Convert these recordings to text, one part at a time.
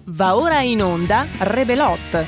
Va ora in onda Rebelot.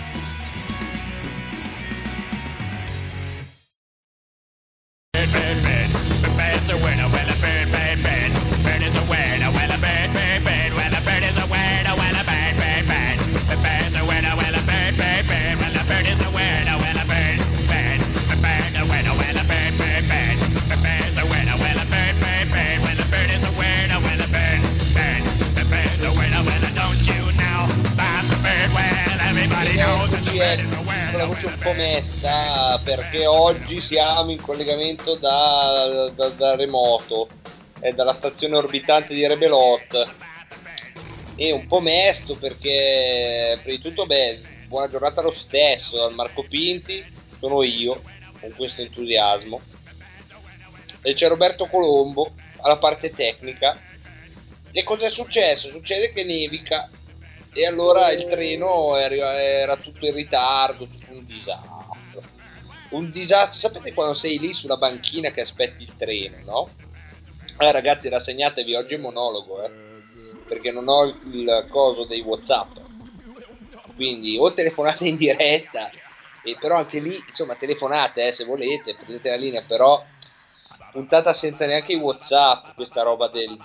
Con la voce un po' mesta perché oggi siamo in collegamento da remoto, dalla stazione orbitante di Rebelot, e un po' mesto perché prima di tutto buona giornata lo stesso dal Marco Pinti, sono io con questo entusiasmo, e c'è Roberto Colombo alla parte tecnica. E cosa è successo? Succede che nevica e allora il treno era tutto in ritardo, tutto un disastro. Un disastro, sapete quando sei lì sulla banchina che aspetti il treno, no? Ragazzi, rassegnatevi, oggi è monologo, perché non ho il coso dei WhatsApp. Quindi o telefonate in diretta, però anche lì, insomma, telefonate se volete, prendete la linea, però puntata senza neanche i WhatsApp, questa roba del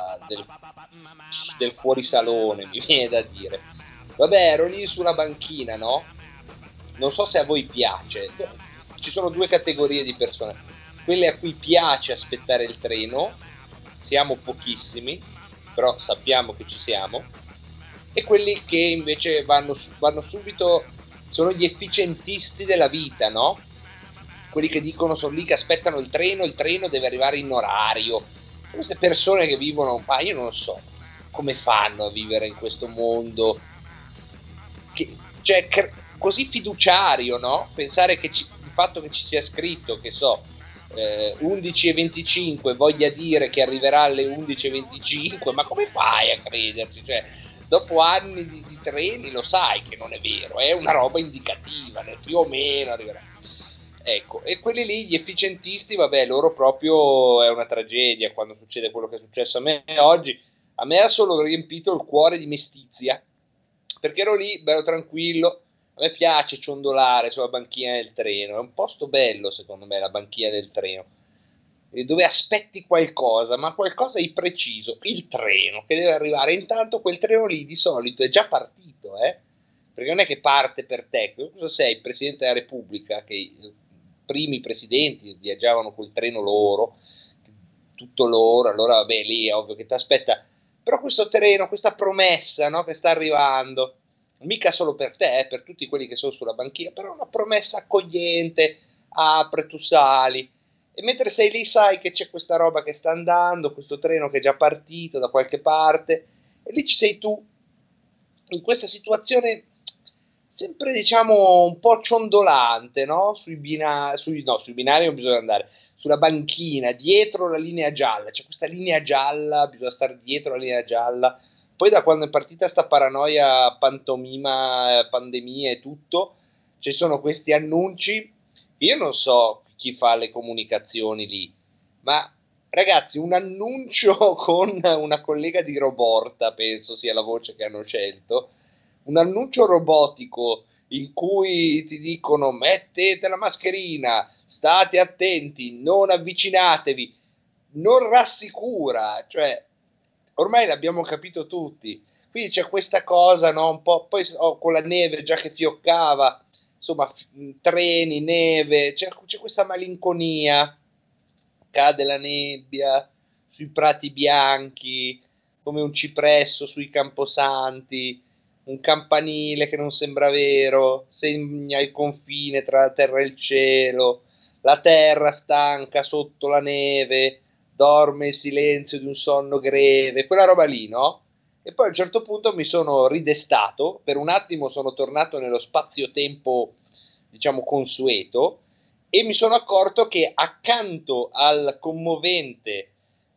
fuorisalone, mi viene da dire. Vabbè, ero lì sulla banchina, no? Non so se a voi piace. Ci sono due categorie di persone. Quelle a cui piace aspettare il treno, siamo pochissimi, però sappiamo che ci siamo, e quelli che invece vanno subito, sono gli efficientisti della vita, no? Quelli che dicono sono lì che aspettano il treno deve arrivare in orario. Queste persone che vivono, ma io non so come fanno a vivere in questo mondo così fiduciario, no? Pensare che il fatto che ci sia scritto, che so, 11:25 voglia dire che arriverà alle 11:25, ma come fai a crederci? Cioè, dopo anni di treni lo sai che non è vero, è una roba indicativa, più o meno arriverà. Ecco, e quelli lì, gli efficientisti, vabbè, loro proprio è una tragedia quando succede quello che è successo a me oggi. A me ha solo riempito il cuore di mestizia, perché ero lì, bello tranquillo. A me piace ciondolare sulla banchina del treno, è un posto bello secondo me la banchina del treno, dove aspetti qualcosa, ma qualcosa di preciso, il treno che deve arrivare. Intanto quel treno lì di solito è già partito, perché non è che parte per te. Cosa sei, il Presidente della Repubblica, che i primi presidenti viaggiavano col treno loro, tutto loro, allora vabbè, lì è ovvio che ti aspetta. Però questo treno, questa promessa, no, che sta arrivando, mica solo per te, per tutti quelli che sono sulla banchina, però una promessa accogliente, apre, tu sali, e mentre sei lì sai che c'è questa roba che sta andando, questo treno che è già partito da qualche parte, e lì ci sei tu, in questa situazione sempre, diciamo, un po' ciondolante, no? Sui binari non bisogna andare, sulla banchina, dietro la linea gialla, c'è questa linea gialla, bisogna stare dietro la linea gialla. Poi da quando è partita sta paranoia pantomima, pandemia e tutto, ci sono questi annunci. Io non so chi fa le comunicazioni lì, ma ragazzi, un annuncio con una collega di Roborta, penso sia la voce che hanno scelto, un annuncio robotico in cui ti dicono mettete la mascherina, state attenti, non avvicinatevi, non rassicura, cioè ormai l'abbiamo capito tutti. Quindi c'è questa cosa, no? Un po' poi con la neve già che fioccava, insomma, treni, neve, c'è questa malinconia, cade la nebbia sui prati bianchi, come un cipresso sui camposanti, un campanile che non sembra vero, segna il confine tra la terra e il cielo, la terra stanca sotto la neve, dorme il silenzio di un sonno greve, quella roba lì, no? E poi a un certo punto mi sono ridestato, per un attimo sono tornato nello spazio-tempo, diciamo, consueto, e mi sono accorto che accanto al commovente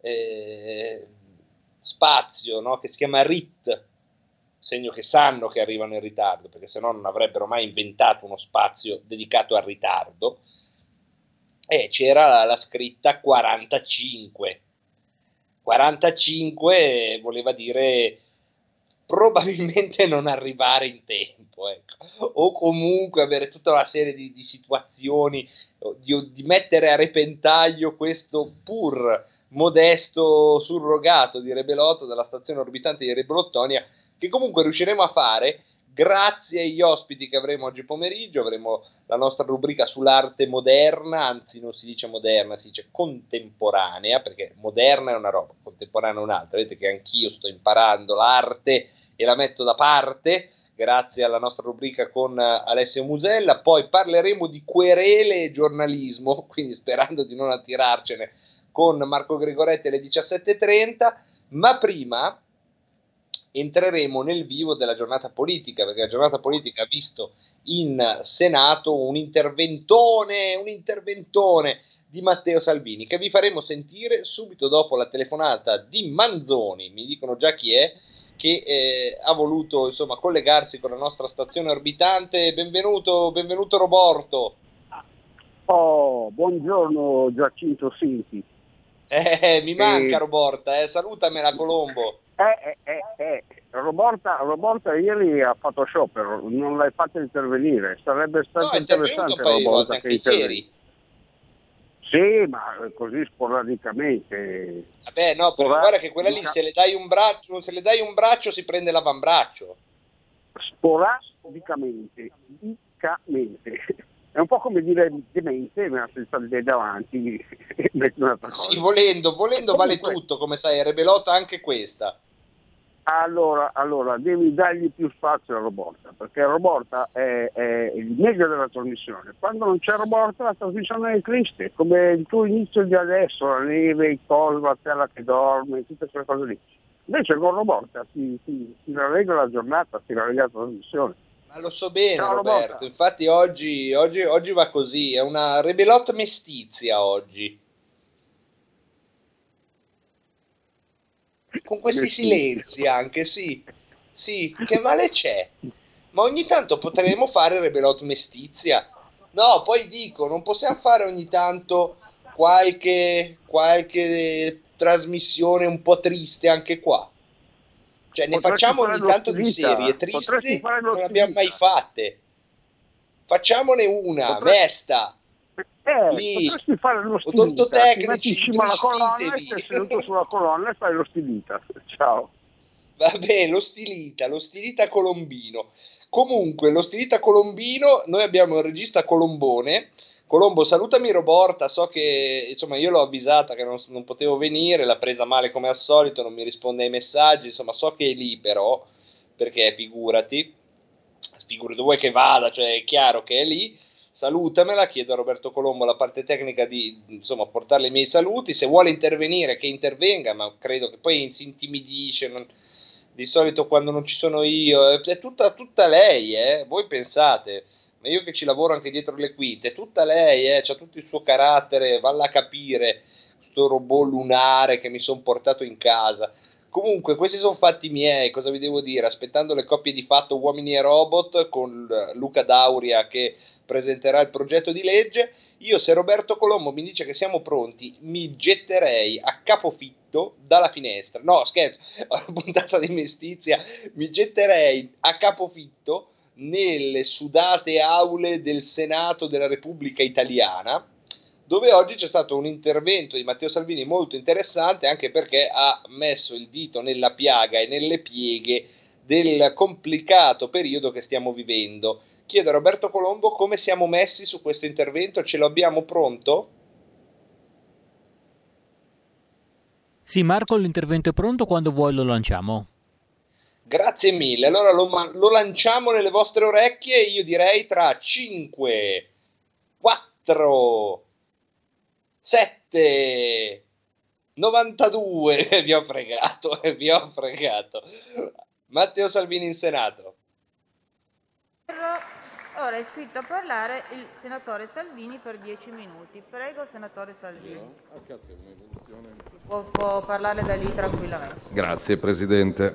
spazio, no, che si chiama RIT, segno che sanno che arrivano in ritardo, perché sennò non avrebbero mai inventato uno spazio dedicato al ritardo, e c'era la scritta 45. 45 voleva dire probabilmente non arrivare in tempo, ecco. O comunque avere tutta una serie di situazioni, di mettere a repentaglio questo pur modesto surrogato di Rebelotto dalla stazione orbitante di Rebelottonia, che comunque riusciremo a fare grazie agli ospiti che avremo oggi pomeriggio. Avremo la nostra rubrica sull'arte moderna, anzi non si dice moderna, si dice contemporanea, perché moderna è una roba, contemporanea è un'altra. Vedete che anch'io sto imparando l'arte e la metto da parte grazie alla nostra rubrica con Alessio Musella. Poi parleremo di querele e giornalismo, quindi sperando di non attirarcene, con Marco Gregoretti alle 17:30, ma prima entreremo nel vivo della giornata politica, perché la giornata politica ha visto in Senato un interventone di Matteo Salvini, che vi faremo sentire subito dopo la telefonata di Manzoni, mi dicono già chi è, che ha voluto insomma collegarsi con la nostra stazione orbitante. Benvenuto Roborto. Oh, buongiorno Giacinto Sinti. Mi manca Roborta, salutamela Colombo. Roborta ieri ha fatto sciopero, non l'hai fatto intervenire, sarebbe stato interessante Roborta che interviene. Sì, ma così sporadicamente. Vabbè, no, però guarda che quella lì se le dai un braccio si prende l'avambraccio. Sporadicamente. È un po' come dire demente, ma senza il dedo davanti e metti un'altra cosa. Sì, volendo vale tutto, come sai, Rebelota anche questa. Allora, devi dargli più spazio a Roborta, perché Roborta è il meglio della trasmissione. Quando non c'è Roborta la trasmissione è triste, come il tuo inizio di adesso, la neve, il coso, la terra che dorme, tutte quelle cose lì. Invece con Roborta si rallega la giornata, si rallega la trasmissione. Ma lo so bene, ciao, Roberto, Roborta. Infatti oggi va così, è una Rebelot mestizia oggi. Con questi silenzi anche, sì, che male c'è? Ma ogni tanto potremmo fare Rebelot mestizia. No, poi dico, non possiamo fare ogni tanto qualche trasmissione un po' triste anche qua. Cioè ne facciamo ogni tanto di serie tristi, non ne abbiamo mai fatte. Facciamone una, mesta. Lì, potresti fare lo stilita, odontotecnici, ti metti in cima alla colonna e stai seduto sulla colonna e fai lo stilita. Ciao. Vabbè, lo stilita colombino. Comunque, lo stilita colombino, noi abbiamo il regista Colombone. Colombo, salutami Roborta, so che insomma io l'ho avvisata che non potevo venire, l'ha presa male come al solito, non mi risponde ai messaggi, insomma so che è lì però, perché figurati vuoi che vada, cioè è chiaro che è lì. Salutamela, chiedo a Roberto Colombo la parte tecnica di insomma portarle i miei saluti, se vuole intervenire che intervenga, ma credo che poi si intimidisce, di solito quando non ci sono io, è tutta lei, voi pensate, ma io che ci lavoro anche dietro le quinte, è tutta lei, c'ha tutto il suo carattere, valla a capire, sto robot lunare che mi sono portato in casa. Comunque questi sono fatti miei, cosa vi devo dire, aspettando le coppie di fatto Uomini e Robot con Luca Dauria che presenterà il progetto di legge. Io, se Roberto Colombo mi dice che siamo pronti, mi getterei a capofitto dalla finestra. No, scherzo, ho una puntata di mestizia. Mi getterei a capofitto nelle sudate aule del Senato della Repubblica Italiana, dove oggi c'è stato un intervento di Matteo Salvini molto interessante, anche perché ha messo il dito nella piaga e nelle pieghe del complicato periodo che stiamo vivendo. Chiedo a Roberto Colombo come siamo messi su questo intervento, ce lo abbiamo pronto? Sì, Marco, l'intervento è pronto, quando vuoi lo lanciamo. Grazie mille, allora lo lanciamo nelle vostre orecchie, io direi tra 5, 4, 7, 92, vi ho fregato. Matteo Salvini in Senato. Ora è iscritto a parlare il senatore Salvini per 10 minuti. Prego, senatore Salvini. Può parlare da lì tranquillamente. Grazie, Presidente.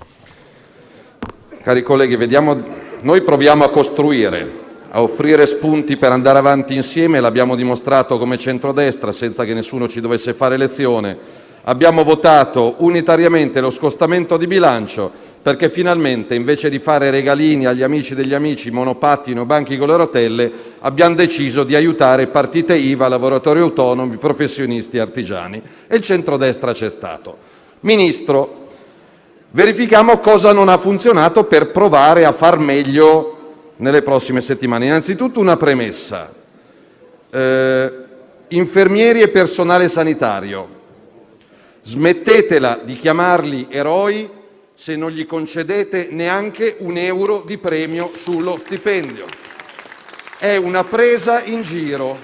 Cari colleghi, noi proviamo a costruire, a offrire spunti per andare avanti insieme, l'abbiamo dimostrato come centrodestra senza che nessuno ci dovesse fare lezione. Abbiamo votato unitariamente lo scostamento di bilancio perché finalmente, invece di fare regalini agli amici degli amici, monopattini o banchi con le rotelle, abbiamo deciso di aiutare partite IVA, lavoratori autonomi, professionisti e artigiani. E il centrodestra c'è stato. Ministro, verifichiamo cosa non ha funzionato per provare a far meglio nelle prossime settimane. Innanzitutto una premessa. Infermieri e personale sanitario, smettetela di chiamarli eroi se non gli concedete neanche €1 di premio sullo stipendio. È una presa in giro.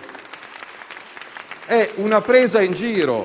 È una presa in giro.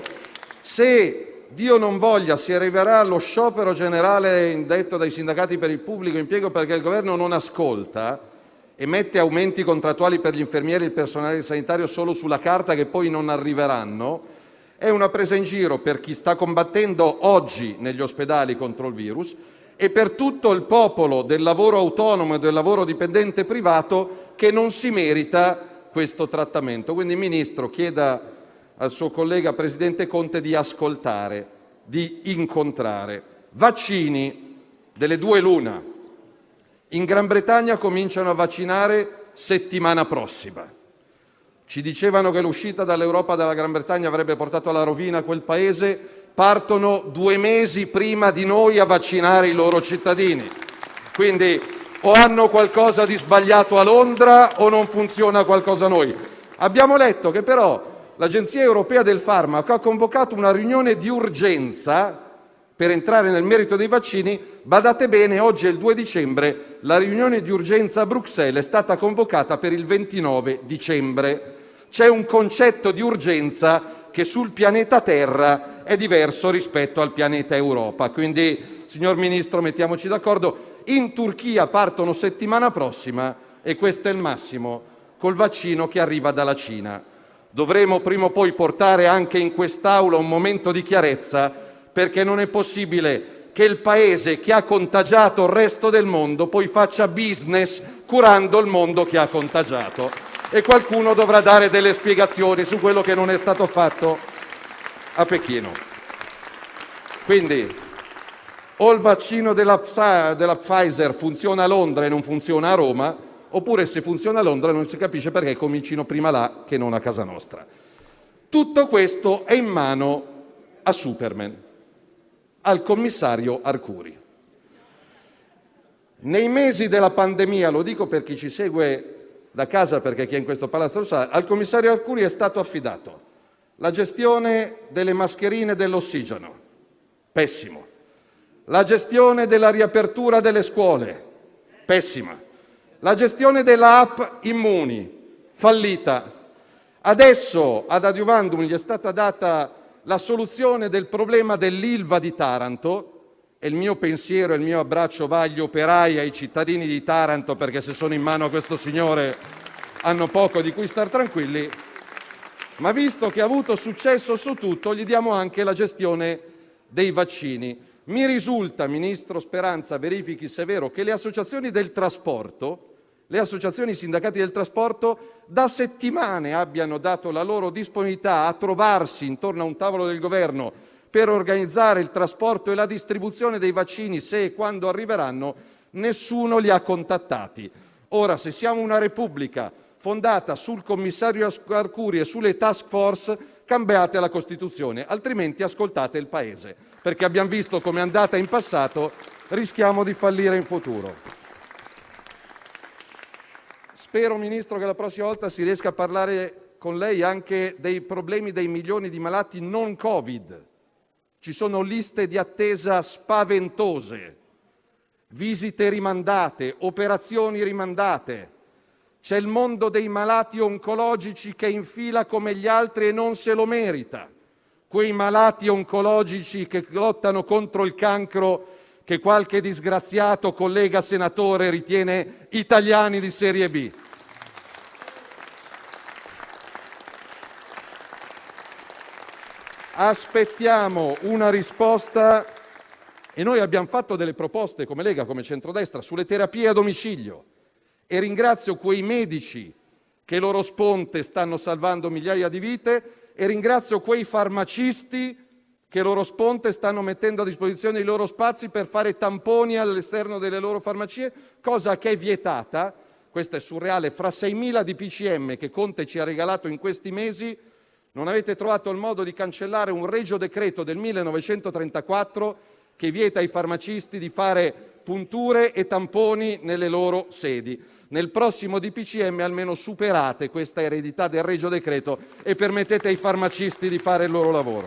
Se Dio non voglia si arriverà allo sciopero generale indetto dai sindacati per il pubblico impiego perché il governo non ascolta e mette aumenti contrattuali per gli infermieri e il personale sanitario solo sulla carta che poi non arriveranno, è una presa in giro per chi sta combattendo oggi negli ospedali contro il virus e per tutto il popolo del lavoro autonomo e del lavoro dipendente privato che non si merita questo trattamento. Quindi, Ministro, chieda al suo collega Presidente Conte di ascoltare, di incontrare. Vaccini, delle due l'una. In Gran Bretagna cominciano a vaccinare settimana prossima. Ci dicevano che l'uscita dall'Europa dalla Gran Bretagna avrebbe portato alla rovina quel paese, partono 2 mesi prima di noi a vaccinare i loro cittadini. Quindi o hanno qualcosa di sbagliato a Londra o non funziona qualcosa a noi. Abbiamo letto che però l'Agenzia Europea del Farmaco ha convocato una riunione di urgenza per entrare nel merito dei vaccini. Badate bene, oggi è il 2 dicembre, la riunione di urgenza a Bruxelles è stata convocata per il 29 dicembre. C'è un concetto di urgenza che sul pianeta Terra è diverso rispetto al pianeta Europa. Quindi, signor Ministro, mettiamoci d'accordo. In Turchia partono settimana prossima e questo è il massimo, col vaccino che arriva dalla Cina. Dovremo prima o poi portare anche in quest'Aula un momento di chiarezza, perché non è possibile che il paese che ha contagiato il resto del mondo poi faccia business curando il mondo che ha contagiato. E qualcuno dovrà dare delle spiegazioni su quello che non è stato fatto a Pechino. Quindi, o il vaccino della Pfizer funziona a Londra e non funziona a Roma, oppure se funziona a Londra non si capisce perché comincino prima là che non a casa nostra. Tutto questo è in mano a Superman, al commissario Arcuri. Nei mesi della pandemia, lo dico per chi ci segue da casa perché chi è in questo palazzo lo sa, al commissario Arcuri è stato affidato la gestione delle mascherine e dell'ossigeno, pessimo, la gestione della riapertura delle scuole, pessima, la gestione della app Immuni, fallita. Adesso ad adiuvandum gli è stata data la soluzione del problema dell'Ilva di Taranto, e il mio pensiero e il mio abbraccio va agli operai e ai cittadini di Taranto, perché se sono in mano a questo signore hanno poco di cui star tranquilli, ma visto che ha avuto successo su tutto, gli diamo anche la gestione dei vaccini. Mi risulta, Ministro Speranza, verifichi se è vero, che le associazioni del trasporto, le associazioni sindacati del trasporto, da settimane abbiano dato la loro disponibilità a trovarsi intorno a un tavolo del governo per organizzare il trasporto e la distribuzione dei vaccini, se e quando arriveranno. Nessuno li ha contattati. Ora, se siamo una Repubblica fondata sul commissario Arcuri e sulle task force, cambiate la Costituzione, altrimenti ascoltate il Paese, perché abbiamo visto come è andata in passato, rischiamo di fallire in futuro. Spero, Ministro, che la prossima volta si riesca a parlare con lei anche dei problemi dei milioni di malati non Covid. Ci sono liste di attesa spaventose, visite rimandate, operazioni rimandate. C'è il mondo dei malati oncologici che infila come gli altri e non se lo merita. Quei malati oncologici che lottano contro il cancro che qualche disgraziato collega senatore ritiene italiani di serie B. Aspettiamo una risposta e noi abbiamo fatto delle proposte come Lega, come centrodestra, sulle terapie a domicilio e ringrazio quei medici che loro sponte stanno salvando migliaia di vite e ringrazio quei farmacisti che loro sponte stanno mettendo a disposizione i loro spazi per fare tamponi all'esterno delle loro farmacie, cosa che è vietata, questo è surreale, fra 6.000 DPCM che Conte ci ha regalato in questi mesi, non avete trovato il modo di cancellare un regio decreto del 1934 che vieta ai farmacisti di fare punture e tamponi nelle loro sedi. Nel prossimo DPCM almeno superate questa eredità del regio decreto e permettete ai farmacisti di fare il loro lavoro.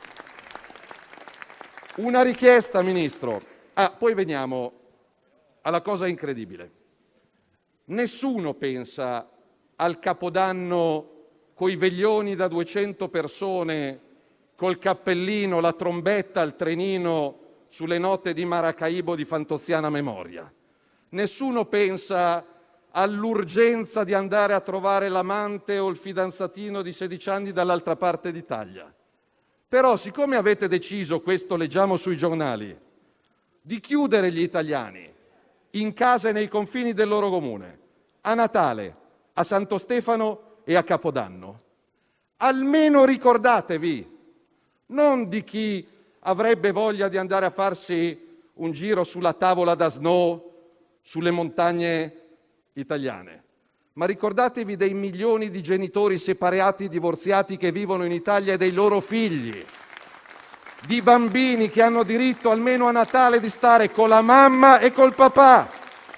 Una richiesta, Ministro. Poi veniamo alla cosa incredibile. Nessuno pensa al Capodanno coi veglioni da 200 persone, col cappellino, la trombetta, il trenino sulle note di Maracaibo di Fantoziana memoria. Nessuno pensa all'urgenza di andare a trovare l'amante o il fidanzatino di 16 anni dall'altra parte d'Italia. Però, siccome avete deciso, questo leggiamo sui giornali, di chiudere gli italiani in casa e nei confini del loro comune, a Natale, a Santo Stefano e a Capodanno, almeno ricordatevi, non di chi avrebbe voglia di andare a farsi un giro sulla tavola da snow, sulle montagne italiane, ma ricordatevi dei milioni di genitori separati, divorziati che vivono in Italia e dei loro figli, di bambini che hanno diritto almeno a Natale di stare con la mamma e col papà.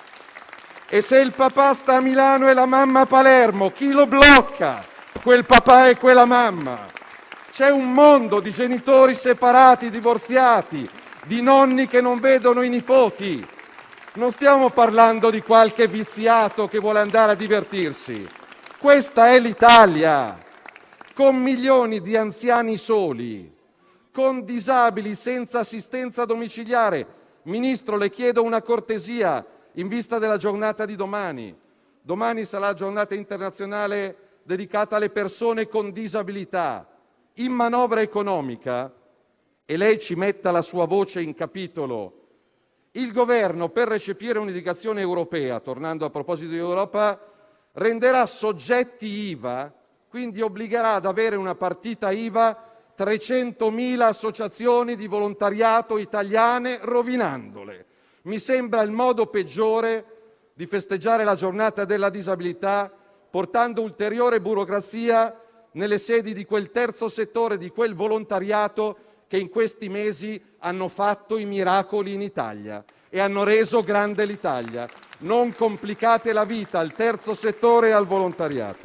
E se il papà sta a Milano e la mamma a Palermo, chi lo blocca? Quel papà e quella mamma. C'è un mondo di genitori separati, divorziati, di nonni che non vedono i nipoti. Non stiamo parlando di qualche viziato che vuole andare a divertirsi. Questa è l'Italia, con milioni di anziani soli, con disabili senza assistenza domiciliare. Ministro, le chiedo una cortesia in vista della giornata di domani. Domani sarà la giornata internazionale dedicata alle persone con disabilità. In manovra economica, e lei ci metta la sua voce in capitolo, il governo, per recepire un'indicazione europea, tornando a proposito di Europa, renderà soggetti IVA, quindi obbligherà ad avere una partita IVA 300.000 associazioni di volontariato italiane, rovinandole. Mi sembra il modo peggiore di festeggiare la giornata della disabilità, portando ulteriore burocrazia nelle sedi di quel terzo settore, di quel volontariato che in questi mesi hanno fatto i miracoli in Italia e hanno reso grande l'Italia. Non complicate la vita al terzo settore e al volontariato.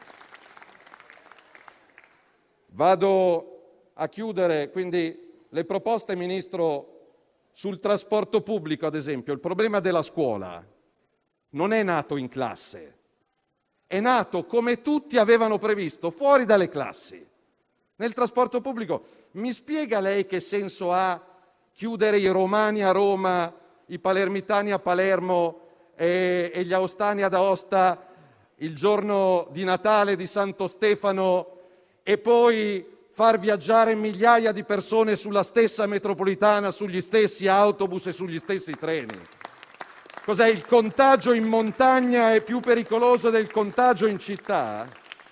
Vado a chiudere, quindi le proposte, Ministro, sul trasporto pubblico, ad esempio. Il problema della scuola non è nato in classe, è nato, come tutti avevano previsto, fuori dalle classi. Nel trasporto pubblico, mi spiega lei che senso ha chiudere i romani a Roma, i palermitani a Palermo e gli aostani ad Aosta il giorno di Natale di Santo Stefano e poi far viaggiare migliaia di persone sulla stessa metropolitana, sugli stessi autobus e sugli stessi treni? Cos'è, il contagio in montagna è più pericoloso del contagio in città?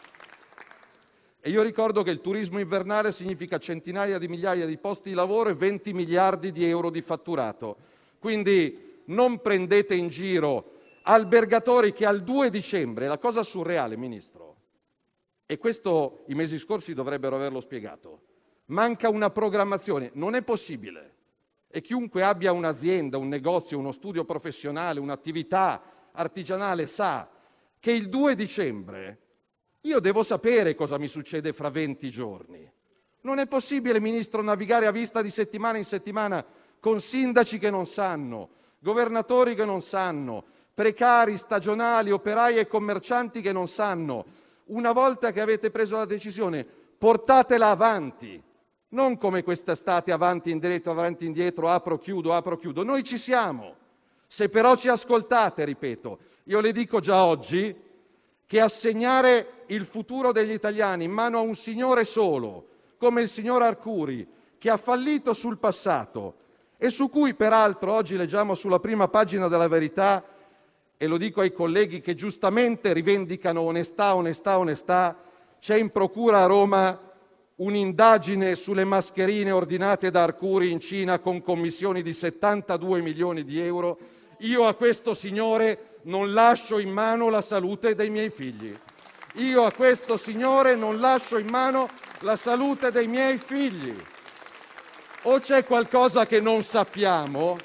E io ricordo che il turismo invernale significa centinaia di migliaia di posti di lavoro e 20 miliardi di euro di fatturato. Quindi non prendete in giro albergatori che al 2 dicembre, la cosa surreale, Ministro, e questo i mesi scorsi dovrebbero averlo spiegato, manca una programmazione, non è possibile. E chiunque abbia un'azienda, un negozio, uno studio professionale, un'attività artigianale sa che il 2 dicembre io devo sapere cosa mi succede fra 20 giorni. Non è possibile, Ministro, navigare a vista di settimana in settimana con sindaci che non sanno, governatori che non sanno, precari, stagionali, operai e commercianti che non sanno. Una volta che avete preso la decisione, portatela avanti. Non come quest'estate, avanti, indietro, apro, chiudo. Noi ci siamo. Se però ci ascoltate, ripeto, io le dico già oggi che assegnare il futuro degli italiani in mano a un signore solo, come il signor Arcuri, che ha fallito sul passato e su cui peraltro oggi leggiamo sulla prima pagina della Verità, e lo dico ai colleghi che giustamente rivendicano onestà, c'è in procura a Roma un'indagine sulle mascherine ordinate da Arcuri in Cina con commissioni di 72 milioni di euro, io a questo signore non lascio in mano la salute dei miei figli. Io a questo signore non lascio in mano la salute dei miei figli. O c'è qualcosa che non sappiamo,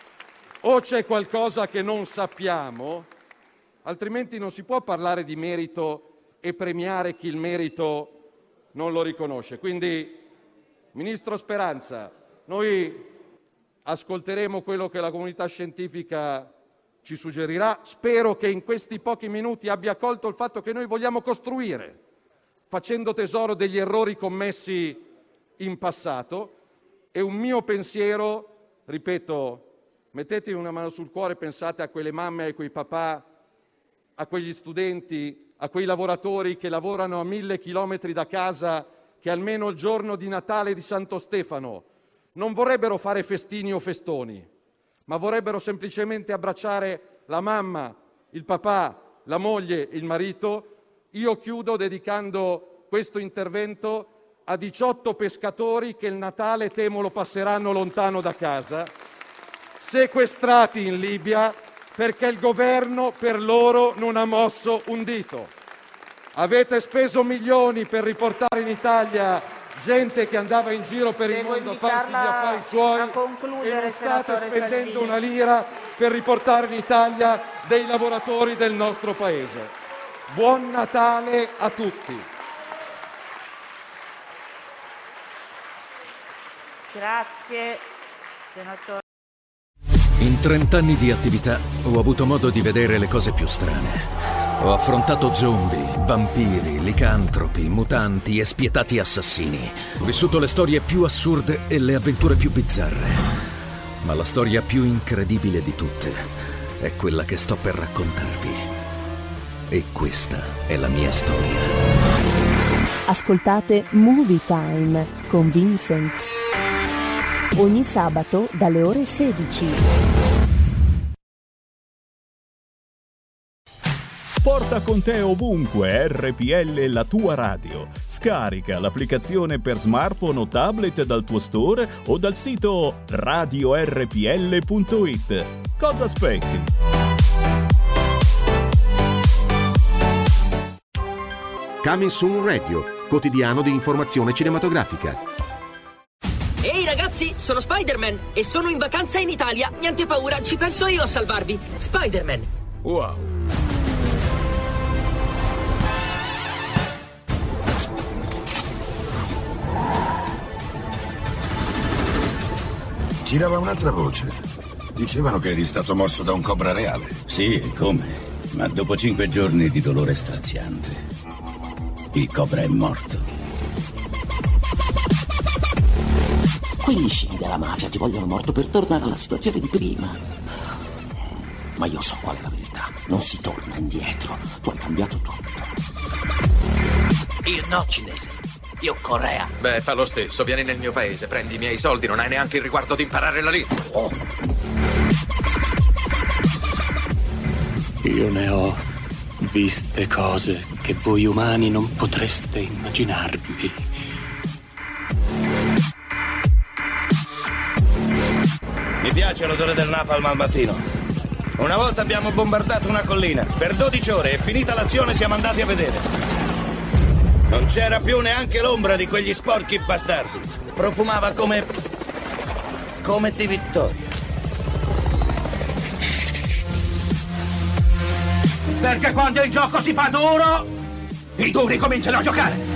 altrimenti non si può parlare di merito e premiare chi il merito non lo riconosce. Quindi, Ministro Speranza, noi ascolteremo quello che la comunità scientifica ci suggerirà. Spero che in questi pochi minuti abbia colto il fatto che noi vogliamo costruire, facendo tesoro degli errori commessi in passato. E un mio pensiero, ripeto, mettetevi una mano sul cuore, pensate a quelle mamme e a quei papà, a quegli studenti, a quei lavoratori che lavorano a 1000 chilometri da casa, che almeno il giorno di Natale e di Santo Stefano non vorrebbero fare festini o festoni, ma vorrebbero semplicemente abbracciare la mamma, il papà, la moglie, il marito. Io chiudo dedicando questo intervento a 18 pescatori che il Natale temo lo passeranno lontano da casa, sequestrati in Libia perché il governo per loro non ha mosso un dito. Avete speso milioni per riportare in Italia gente che andava in giro per il mondo a farsi gli affari suoi e non state spendendo una lira per riportare in Italia dei lavoratori del nostro paese. Buon Natale a tutti. Grazie, senatore. In 30 anni di attività ho avuto modo di vedere le cose più strane. Ho affrontato zombie, vampiri, licantropi, mutanti e spietati assassini. Ho vissuto le storie più assurde e le avventure più bizzarre. Ma la storia più incredibile di tutte è quella che sto per raccontarvi. E questa è la mia storia. Ascoltate Movie Time con Vincent. Ogni sabato dalle ore 16. Porta con te ovunque RPL, la tua radio. Scarica l'applicazione per smartphone o tablet dal tuo store o dal sito radiorpl.it. Cosa aspetti? Coming Soon Radio, quotidiano di informazione cinematografica. Ehi ragazzi, sono Spider-Man e sono in vacanza in Italia. Niente paura, ci penso io a salvarvi. Spider-Man. Wow. Girava un'altra voce. Dicevano che eri stato morso da un cobra reale. Sì, e come? Ma dopo 5 giorni di dolore straziante, il cobra è morto. Quegli scemi della mafia ti vogliono morto per tornare alla situazione di prima. Ma io so qual è la verità. Non si torna indietro. Tu hai cambiato tutto. Io no, cinese. Io Corea. Beh, fa lo stesso. Vieni nel mio paese, prendi i miei soldi, non hai neanche il riguardo di imparare la lingua. Oh. Io ne ho viste cose che voi umani non potreste immaginarvi. Mi piace l'odore del napalm al mattino. Una volta abbiamo bombardato una collina. Per 12 ore e finita l'azione siamo andati a vedere. Non c'era più neanche l'ombra di quegli sporchi bastardi. Profumava come di vittoria. Perché quando il gioco si fa duro, i duri cominciano a giocare.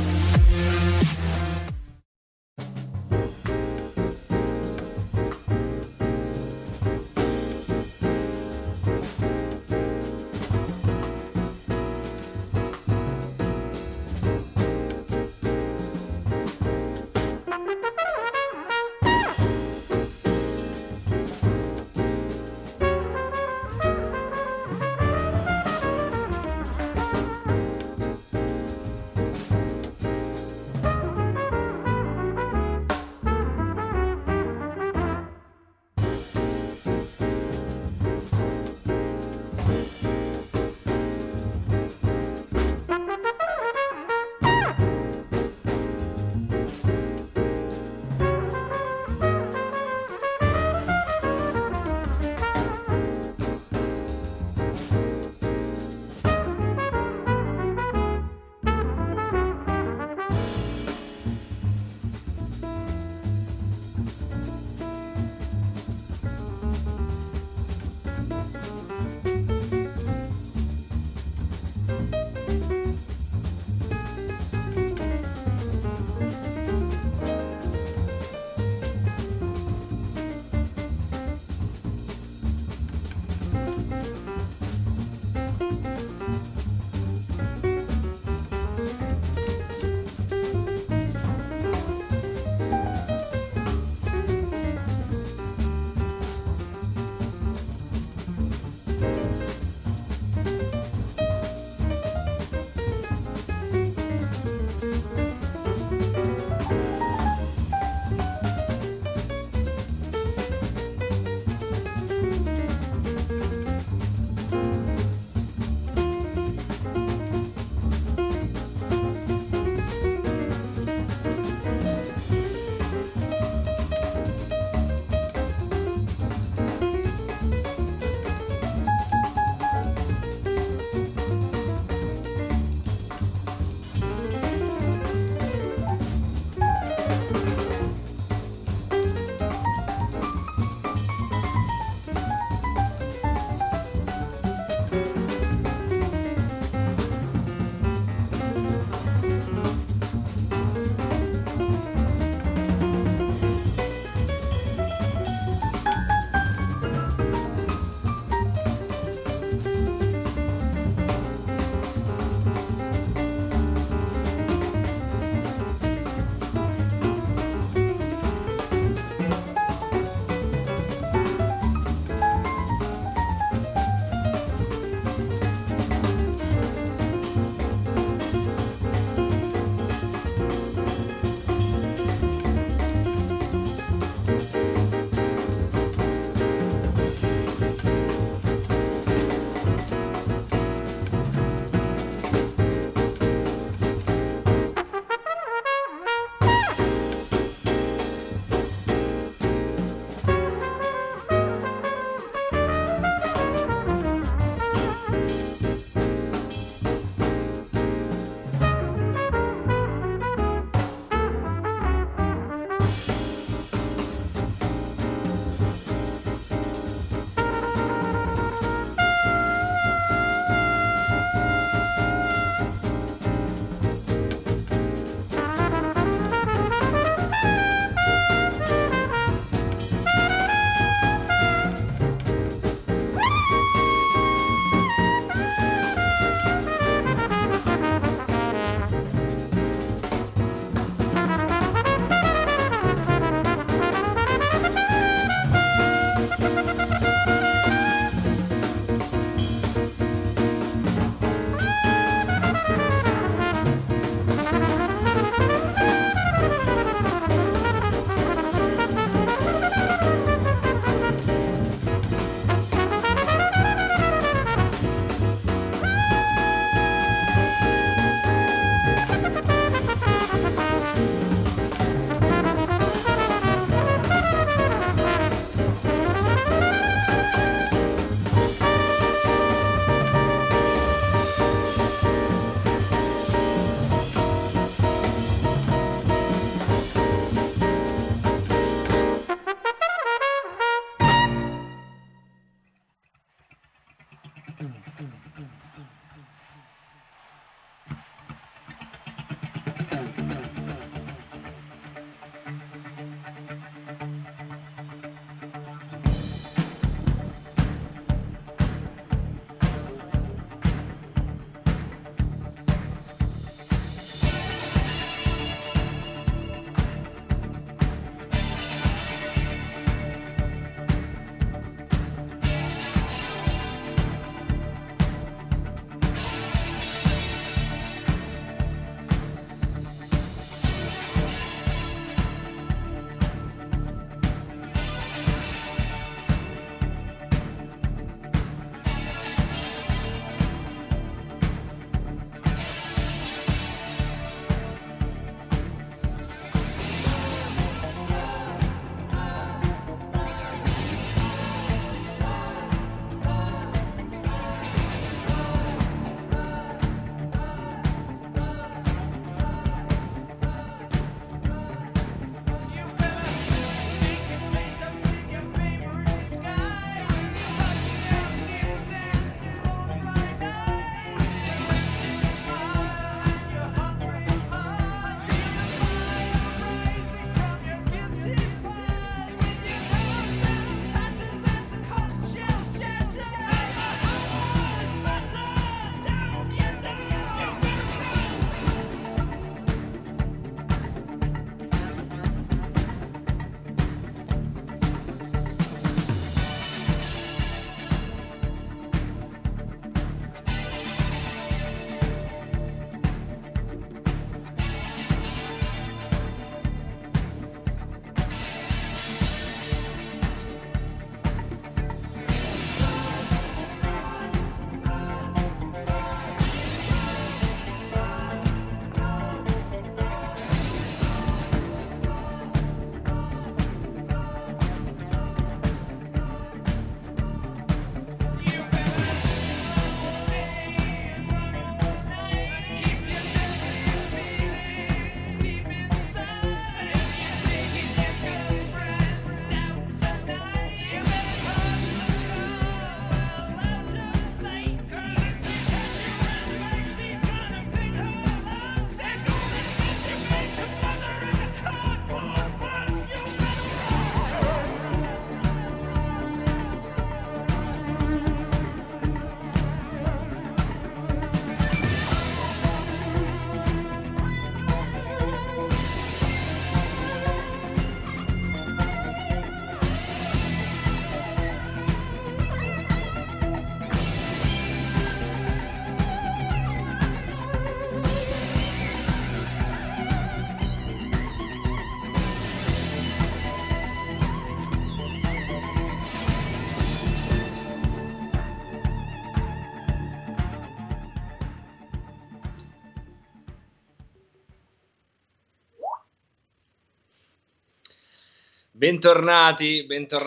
Bentornati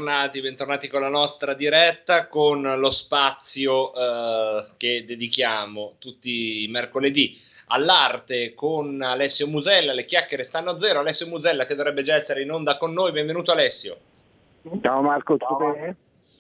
con la nostra diretta, con lo spazio che dedichiamo tutti i mercoledì all'arte con Alessio Musella. Le chiacchiere stanno a zero. Alessio Musella, che dovrebbe già essere in onda con noi. Benvenuto Alessio. Ciao Marco, tutto bene?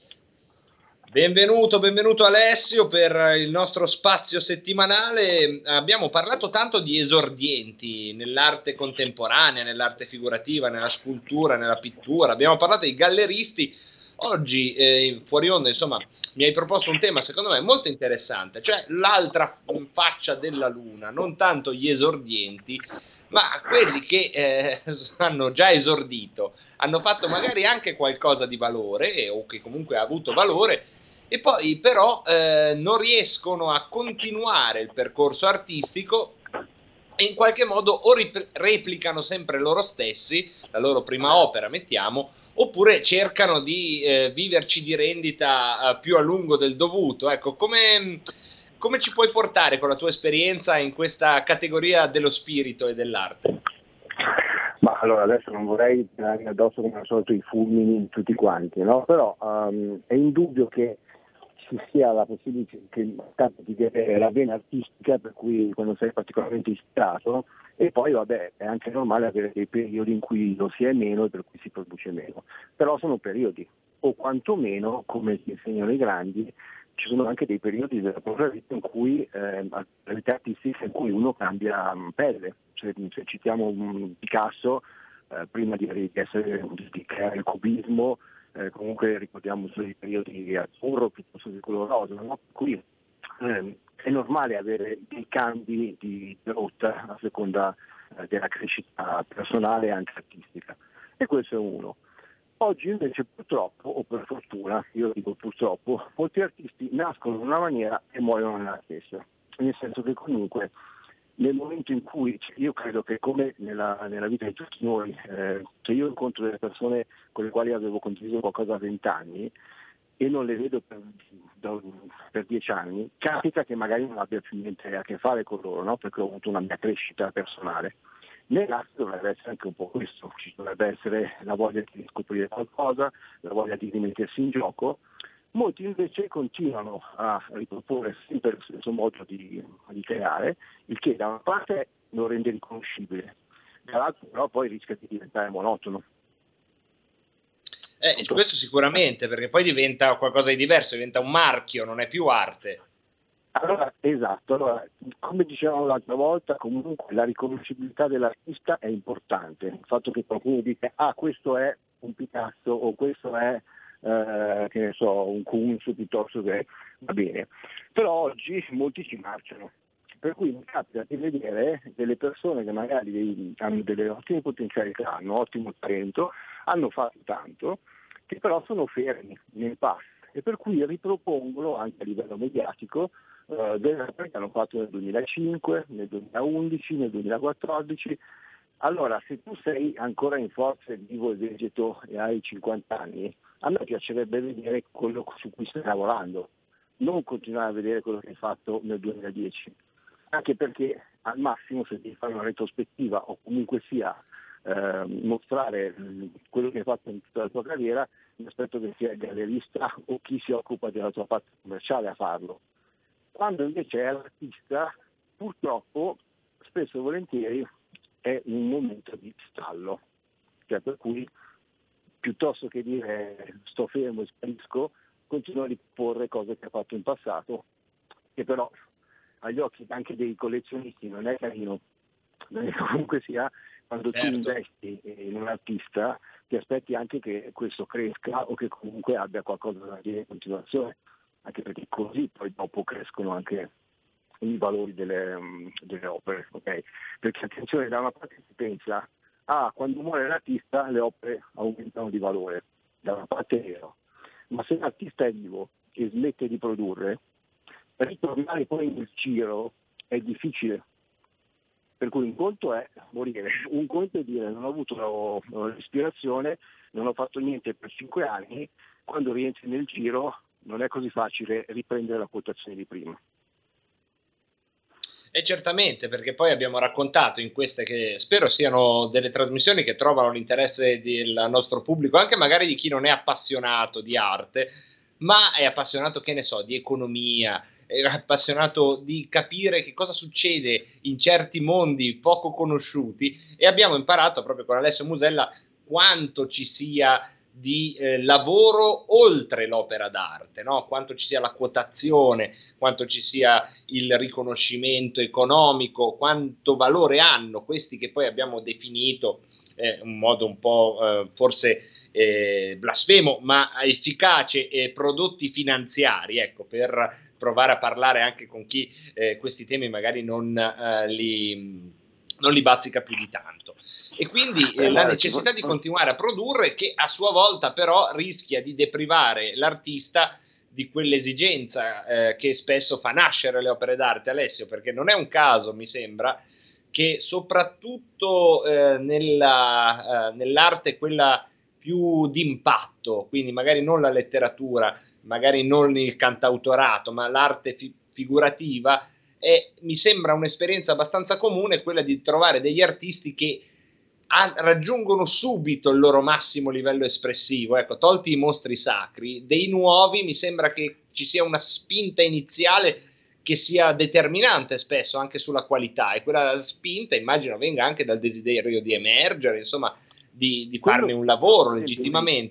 Benvenuto Alessio per il nostro spazio settimanale. Abbiamo parlato tanto di esordienti nell'arte contemporanea, nell'arte figurativa, nella scultura, nella pittura. Abbiamo parlato dei galleristi. Oggi, fuori onda, insomma, mi hai proposto un tema secondo me molto interessante, cioè l'altra faccia della luna, non tanto gli esordienti, ma quelli che hanno già esordito, hanno fatto magari anche qualcosa di valore, o che comunque ha avuto valore, e poi però non riescono a continuare il percorso artistico e in qualche modo o replicano sempre loro stessi, la loro prima opera, mettiamo, oppure cercano di viverci di rendita più a lungo del dovuto. Ecco, come ci puoi portare con la tua esperienza in questa categoria dello spirito e dell'arte? Ma allora adesso non vorrei tirare addosso come al solito i fulmini di tutti quanti, no? Però è indubbio che ci sia la possibilità che tanto di avere la vena artistica, per cui quando sei particolarmente ispirato, e poi vabbè è anche normale avere dei periodi in cui lo si è meno e per cui si produce meno, però sono periodi, o quantomeno, come ti insegnano i grandi, ci sono anche dei periodi della propria vita in cui, attività artistiche in cui uno cambia pelle. Se citiamo Picasso, prima di creare il cubismo, comunque ricordiamo solo i periodi azzurro piuttosto che quello rosa, no? Qui è normale avere dei cambi di rotta a seconda della crescita personale e anche artistica, e questo è uno. Oggi invece purtroppo, o per fortuna, io dico purtroppo, molti artisti nascono in una maniera e muoiono nella stessa, nel senso che comunque nel momento in cui, io credo che come nella vita di tutti noi, se io incontro delle persone con le quali avevo condiviso qualcosa a 20 anni e non le vedo per 10 anni, capita che magari non abbia più niente a che fare con loro, no? Perché ho avuto una mia crescita personale. Nell'arte dovrebbe essere anche un po' questo, ci dovrebbe essere la voglia di scoprire qualcosa, la voglia di rimettersi in gioco. Molti invece continuano a riproporre sempre lo stesso modo di creare, il che da una parte lo rende riconoscibile, dall'altra però poi rischia di diventare monotono. Questo sicuramente, perché poi diventa qualcosa di diverso, diventa un marchio, non è più arte. Allora, esatto, allora, come dicevamo l'altra volta, comunque la riconoscibilità dell'artista è importante, il fatto che qualcuno dica questo è un Picasso o questo è che ne so, un Kunz piuttosto che va bene, però oggi molti ci marciano, per cui mi capita di vedere delle persone che magari hanno delle ottime potenzialità, hanno ottimo talento, hanno fatto tanto, che però sono fermi nel pass e per cui ripropongono anche a livello mediatico delle opere che hanno fatto nel 2005, nel 2011, nel 2014. Allora, se tu sei ancora in forza, vivo e vegeto e hai 50 anni, a me piacerebbe vedere quello su cui stai lavorando, non continuare a vedere quello che hai fatto nel 2010, anche perché al massimo se devi fare una retrospettiva o comunque sia mostrare quello che hai fatto in tutta la tua carriera, mi aspetto che sia il gallerista o chi si occupa della tua parte commerciale a farlo. Quando invece è l'artista, purtroppo, spesso e volentieri è un momento di stallo, cioè per cui piuttosto che dire sto fermo e sparisco, continuo a riporre cose che ha fatto in passato, che però agli occhi anche dei collezionisti non è carino, comunque sia, quando tu investi in un artista ti aspetti anche che questo cresca o che comunque abbia qualcosa da dire in continuazione, anche perché così poi dopo crescono anche i valori delle opere, ok? Perché attenzione, da una parte si pensa quando muore l'artista le opere aumentano di valore, da una parte è vero, ma se l'artista è vivo e smette di produrre, ritornare poi nel giro è difficile, per cui un conto è morire, un conto è dire non ho avuto l'ispirazione, non ho fatto niente per 5 anni, quando rientri nel giro non è così facile riprendere la quotazione di prima. E certamente, perché poi abbiamo raccontato in queste, che spero siano delle trasmissioni che trovano l'interesse del nostro pubblico, anche magari di chi non è appassionato di arte, ma è appassionato, che ne so, di economia, è appassionato di capire che cosa succede in certi mondi poco conosciuti, e abbiamo imparato proprio con Alessio Musella quanto ci sia di lavoro oltre l'opera d'arte, no? Quanto ci sia la quotazione, quanto ci sia il riconoscimento economico, quanto valore hanno questi che poi abbiamo definito in modo un po' forse blasfemo ma efficace, prodotti finanziari, ecco, per provare a parlare anche con chi questi temi magari non li bazzica più di tanto. E quindi la necessità di continuare a produrre, che a sua volta però rischia di deprivare l'artista di quell'esigenza che spesso fa nascere le opere d'arte, Alessio, perché non è un caso, mi sembra, che soprattutto nell'arte quella più d'impatto, quindi magari non la letteratura, magari non il cantautorato, ma l'arte figurativa, mi sembra un'esperienza abbastanza comune quella di trovare degli artisti che raggiungono subito il loro massimo livello espressivo, ecco, tolti i mostri sacri, dei nuovi mi sembra che ci sia una spinta iniziale che sia determinante spesso anche sulla qualità, e quella spinta immagino venga anche dal desiderio di emergere, insomma di farne un lavoro legittimamente,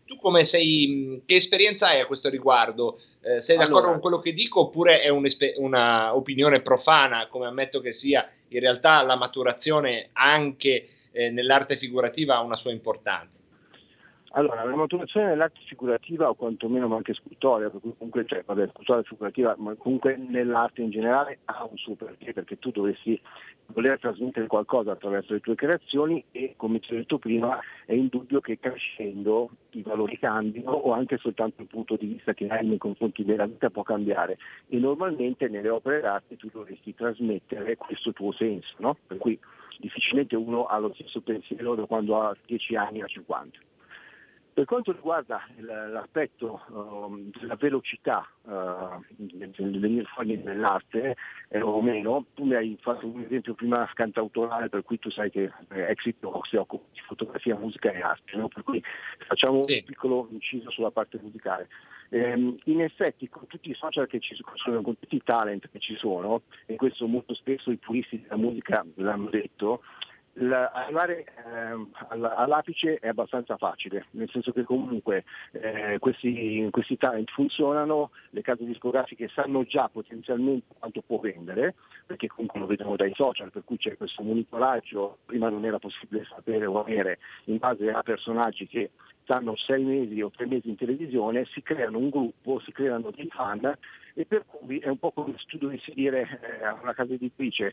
Tu come sei, che esperienza hai a questo riguardo? Sei d'accordo con quello che dico oppure è una opinione profana, come ammetto che sia? In realtà la maturazione anche nell'arte figurativa ha una sua importanza. Allora, la maturazione nell'arte figurativa, o quantomeno ma anche scultorea, per cui comunque scultorea figurativa, ma comunque nell'arte in generale ha un suo perché tu dovresti voler trasmettere qualcosa attraverso le tue creazioni e, come ti ho detto prima, è indubbio che crescendo i valori cambino o anche soltanto il punto di vista che hai nei confronti della vita può cambiare e normalmente nelle opere d'arte tu dovresti trasmettere questo tuo senso, no? Per cui difficilmente uno ha lo stesso pensiero da quando ha 10 anni a 50. Per quanto riguarda l'aspetto della velocità del venire fuori nell'arte o meno, tu mi hai fatto un esempio prima cantautorale, per cui tu sai che Exito si occupa di fotografia, musica e arte, no? Per cui facciamo un piccolo inciso sulla parte musicale. In effetti con tutti i social che ci sono, con tutti i talent che ci sono, e questo molto spesso i puristi della musica l'hanno detto, arrivare all'apice è abbastanza facile, nel senso che comunque questi talent funzionano, le case discografiche sanno già potenzialmente quanto può vendere, perché comunque lo vediamo dai social, per cui c'è questo monitoraggio, prima non era possibile sapere o avere in base a personaggi che stanno 6 mesi o 3 mesi in televisione, si creano un gruppo, si creano dei fan, e per cui è un po' come se tu dovessi dire a una casa editrice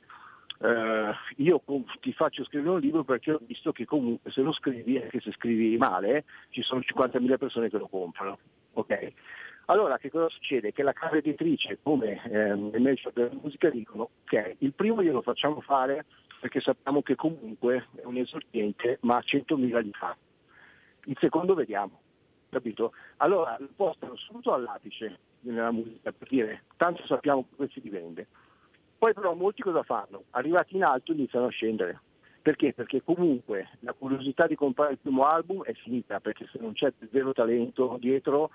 io ti faccio scrivere un libro perché ho visto che comunque se lo scrivi, anche se scrivi male, ci sono 50.000 persone che lo comprano. Ok? Allora che cosa succede? Che la casa editrice, come le major della musica, dicono ok, il primo glielo facciamo fare perché sappiamo che comunque è un esordiente, ma 100.000 li fa. Il secondo vediamo, capito? Allora lo postano subito all'apice nella musica per dire tanto sappiamo che questo si vende. Poi però molti cosa fanno? Arrivati in alto iniziano a scendere. Perché? Perché comunque la curiosità di comprare il primo album è finita, perché se non c'è il vero talento dietro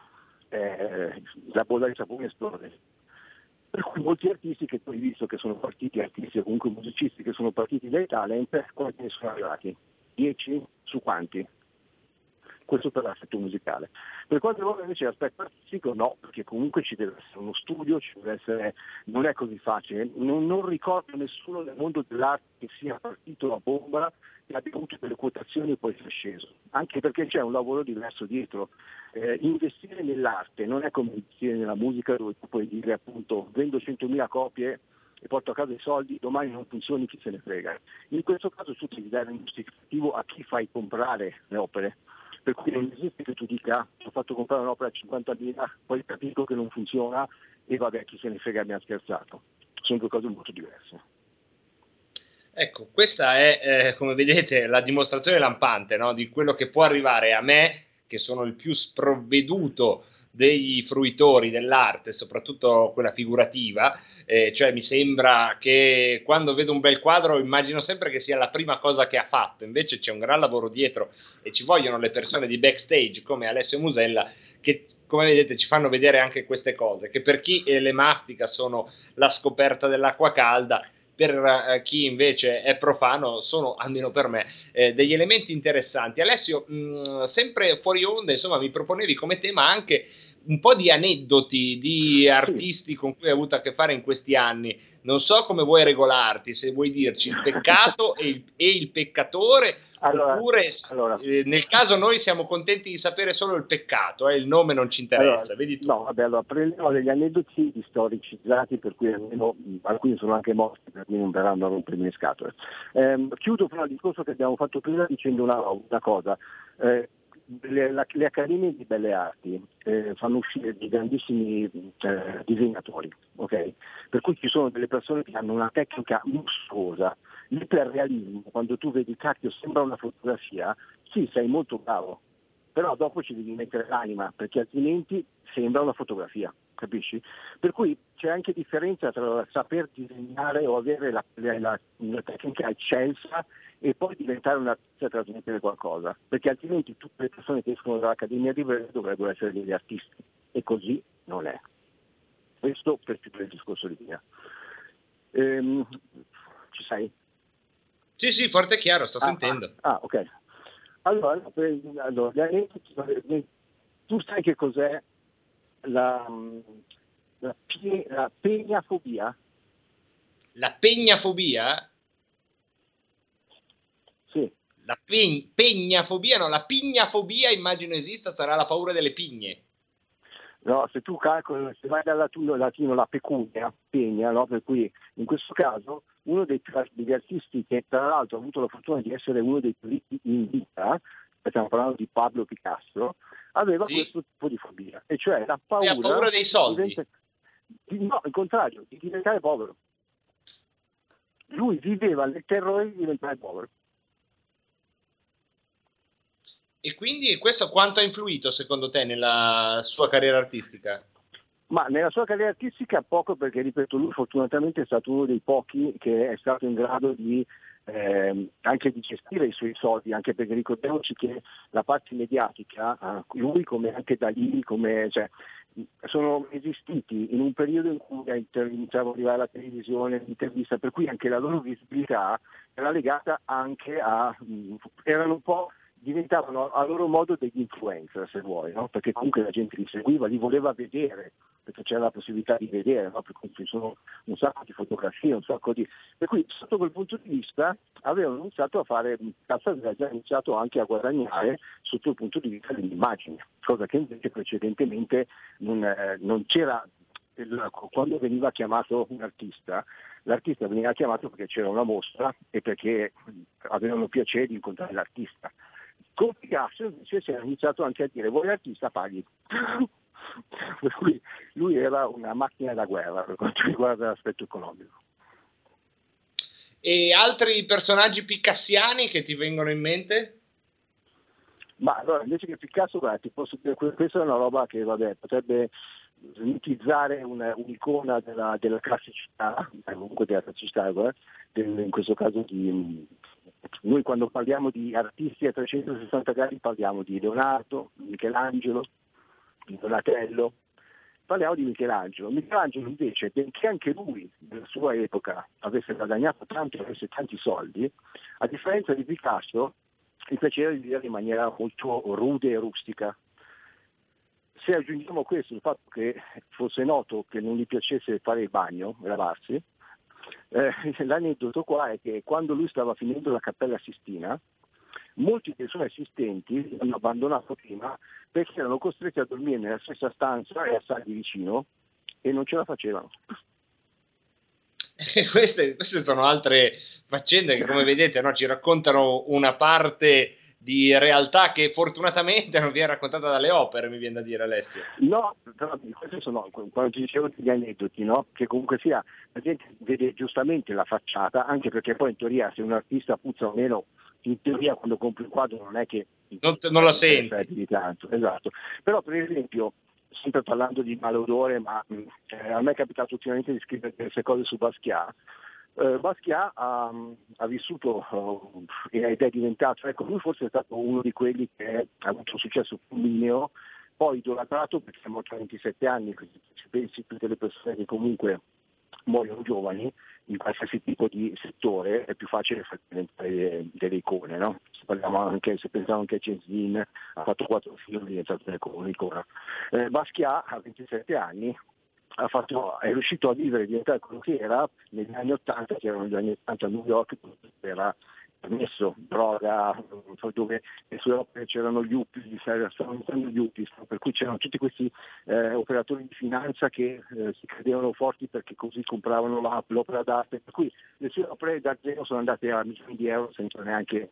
la bolla di sapone esplode. Per cui molti artisti che tu hai visto che sono partiti, artisti o comunque musicisti che sono partiti dai talent, come ne sono arrivati? 10 su quanti? Questo per l'aspetto musicale. Per quanto riguarda invece l'aspetto artistico, no, perché comunque ci deve essere uno studio, ci deve essere, non è così facile. Non ricordo nessuno nel mondo dell'arte che sia partito a bomba e abbia avuto delle quotazioni e poi sia sceso, anche perché c'è un lavoro diverso dietro. Investire nell'arte non è come investire nella musica, dove tu puoi dire appunto vendo 100.000 copie e porto a casa i soldi, domani non funzioni, chi se ne frega. In questo caso tu devi dare un giustificativo a chi fai comprare le opere. Per cui non esiste che tu dica ho fatto comprare un'opera a 50.000, poi capisco che non funziona e vabbè chi se ne frega, mi ha scherzato. Sono due cose molto diverse. Ecco, questa è come vedete la dimostrazione lampante, no? Di quello che può arrivare a me, che sono il più sprovveduto dei fruitori dell'arte, soprattutto quella figurativa, cioè mi sembra che quando vedo un bel quadro immagino sempre che sia la prima cosa che ha fatto, invece c'è un gran lavoro dietro e ci vogliono le persone di backstage come Alessio Musella che, come vedete, ci fanno vedere anche queste cose, che per chi le mastica sono la scoperta dell'acqua calda, per chi invece è profano sono, almeno per me, degli elementi interessanti. Alessio, sempre fuori onda, insomma, mi proponevi come tema anche un po' di aneddoti di artisti con cui hai avuto a che fare in questi anni. Non so come vuoi regolarti, se vuoi dirci il peccato e il peccatore, oppure nel caso noi siamo contenti di sapere solo il peccato, il nome non ci interessa. Allora, vedi tu. No, vabbè, allora prendiamo degli aneddoti storicizzati, per cui almeno alcuni sono anche morti, per cui non verranno a rompermi le scatole. Chiudo però il discorso che abbiamo fatto prima dicendo una cosa. Le accademie di belle arti fanno uscire dei grandissimi disegnatori, ok? Per cui ci sono delle persone che hanno una tecnica mostruosa. L'iperrealismo, quando tu vedi cacchio sembra una fotografia, sì, sei molto bravo, però dopo ci devi mettere l'anima, perché altrimenti sembra una fotografia, capisci? Per cui c'è anche differenza tra saper disegnare o avere la tecnica eccelsa e poi diventare un artista e trasmettere qualcosa, perché altrimenti tutte le persone che escono dall'Accademia di Verdi dovrebbero essere degli artisti, e così non è. Questo per chiudere il discorso di prima. Ci sei? Sì, forte e chiaro, sto sentendo. Ok. Allora, gli aneddoti Tu sai che cos'è la pegnafobia? La pegnafobia? Sì. La pegnafobia, no, la pignafobia immagino esista, sarà la paura delle pigne. No, se tu calcoli, se vai dal latino la pecunia, pegna, no? Per cui in questo caso uno degli artisti che tra l'altro ha avuto la fortuna di essere uno dei più ricchi in vita, stiamo parlando di Pablo Picasso, aveva questo tipo di fobia, e cioè la paura... Ha paura dei soldi? No, il contrario, di diventare povero. Lui viveva nel terrore di diventare povero. E quindi questo quanto ha influito secondo te nella sua carriera artistica? Ma nella sua carriera artistica poco, perché ripeto, lui fortunatamente è stato uno dei pochi che è stato in grado di anche di gestire i suoi soldi, anche perché ricordiamoci che la parte mediatica, lui come anche Dalì, sono esistiti in un periodo in cui iniziava ad arrivare alla televisione, l'intervista, per cui anche la loro visibilità era legata anche erano un po', diventavano a loro modo degli influencer, se vuoi, no? Perché comunque la gente li seguiva, li voleva vedere, perché c'era la possibilità di vedere, no? Perché ci sono un sacco di fotografie, un sacco di... Per cui sotto quel punto di vista avevano iniziato a fare, Casagrande ha già iniziato anche a guadagnare sotto il punto di vista dell'immagine, cosa che invece precedentemente non c'era. Quando veniva chiamato un artista, l'artista veniva chiamato perché c'era una mostra e perché avevano piacere di incontrare l'artista. Con Picasso invece si era iniziato anche a dire: vuoi l'artista, paghi. Per cui lui era una macchina da guerra per quanto riguarda l'aspetto economico. E altri personaggi picassiani che ti vengono in mente? Ma allora, invece che Picasso, guarda, ti posso dire, questa è una roba che potrebbe mitizzare un'icona della classicità, comunque della classicità, in questo caso noi quando parliamo di artisti a 360 gradi parliamo di Leonardo, Michelangelo, di Donatello, parliamo di Michelangelo. Michelangelo invece, benché anche lui nella sua epoca avesse guadagnato tanto, avesse tanti soldi, a differenza di Picasso gli piaceva di vivere in maniera molto rude e rustica. Se aggiungiamo questo, il fatto che fosse noto che non gli piacesse fare il bagno, lavarsi, l'aneddoto qua è che quando lui stava finendo la Cappella Sistina, molti dei suoi assistenti l'hanno abbandonato prima perché erano costretti a dormire nella stessa stanza e a stargli vicino e non ce la facevano. Queste sono altre faccende che, come vedete, no, ci raccontano una parte di realtà che fortunatamente non viene raccontata dalle opere, mi viene da dire, Alessio. No, però questi sono, quando ti dicevo degli aneddoti, no? Che comunque sia, la gente vede giustamente la facciata, anche perché poi in teoria se un artista puzza o meno, in teoria quando compri un quadro non è che non lo senti di tanto, esatto. Però per esempio, sempre parlando di malodore, ma a me è capitato ultimamente di scrivere queste cose su Basquiat. Basquiat ha vissuto ed è diventato, ecco, lui forse è stato uno di quelli che ha avuto un successo fulmineo, poi idolatrato perché è morto a 27 anni, se pensi tutte le persone che comunque muoiono giovani in qualsiasi tipo di settore è più facile far diventare delle icone, no? Se pensiamo anche a James Dean, ha fatto 4 film, è diventato un'icona. Basquiat a 27 anni è riuscito a vivere e diventare quello che era negli anni 80, che erano gli anni 80 a New York, dove era permesso droga, dove le sue opere c'erano gli yuppie, stavano iniziando gli yuppie, per cui c'erano tutti questi operatori di finanza che si credevano forti perché così compravano l'opera d'arte, per cui le sue opere da zero sono andate a milioni di euro senza neanche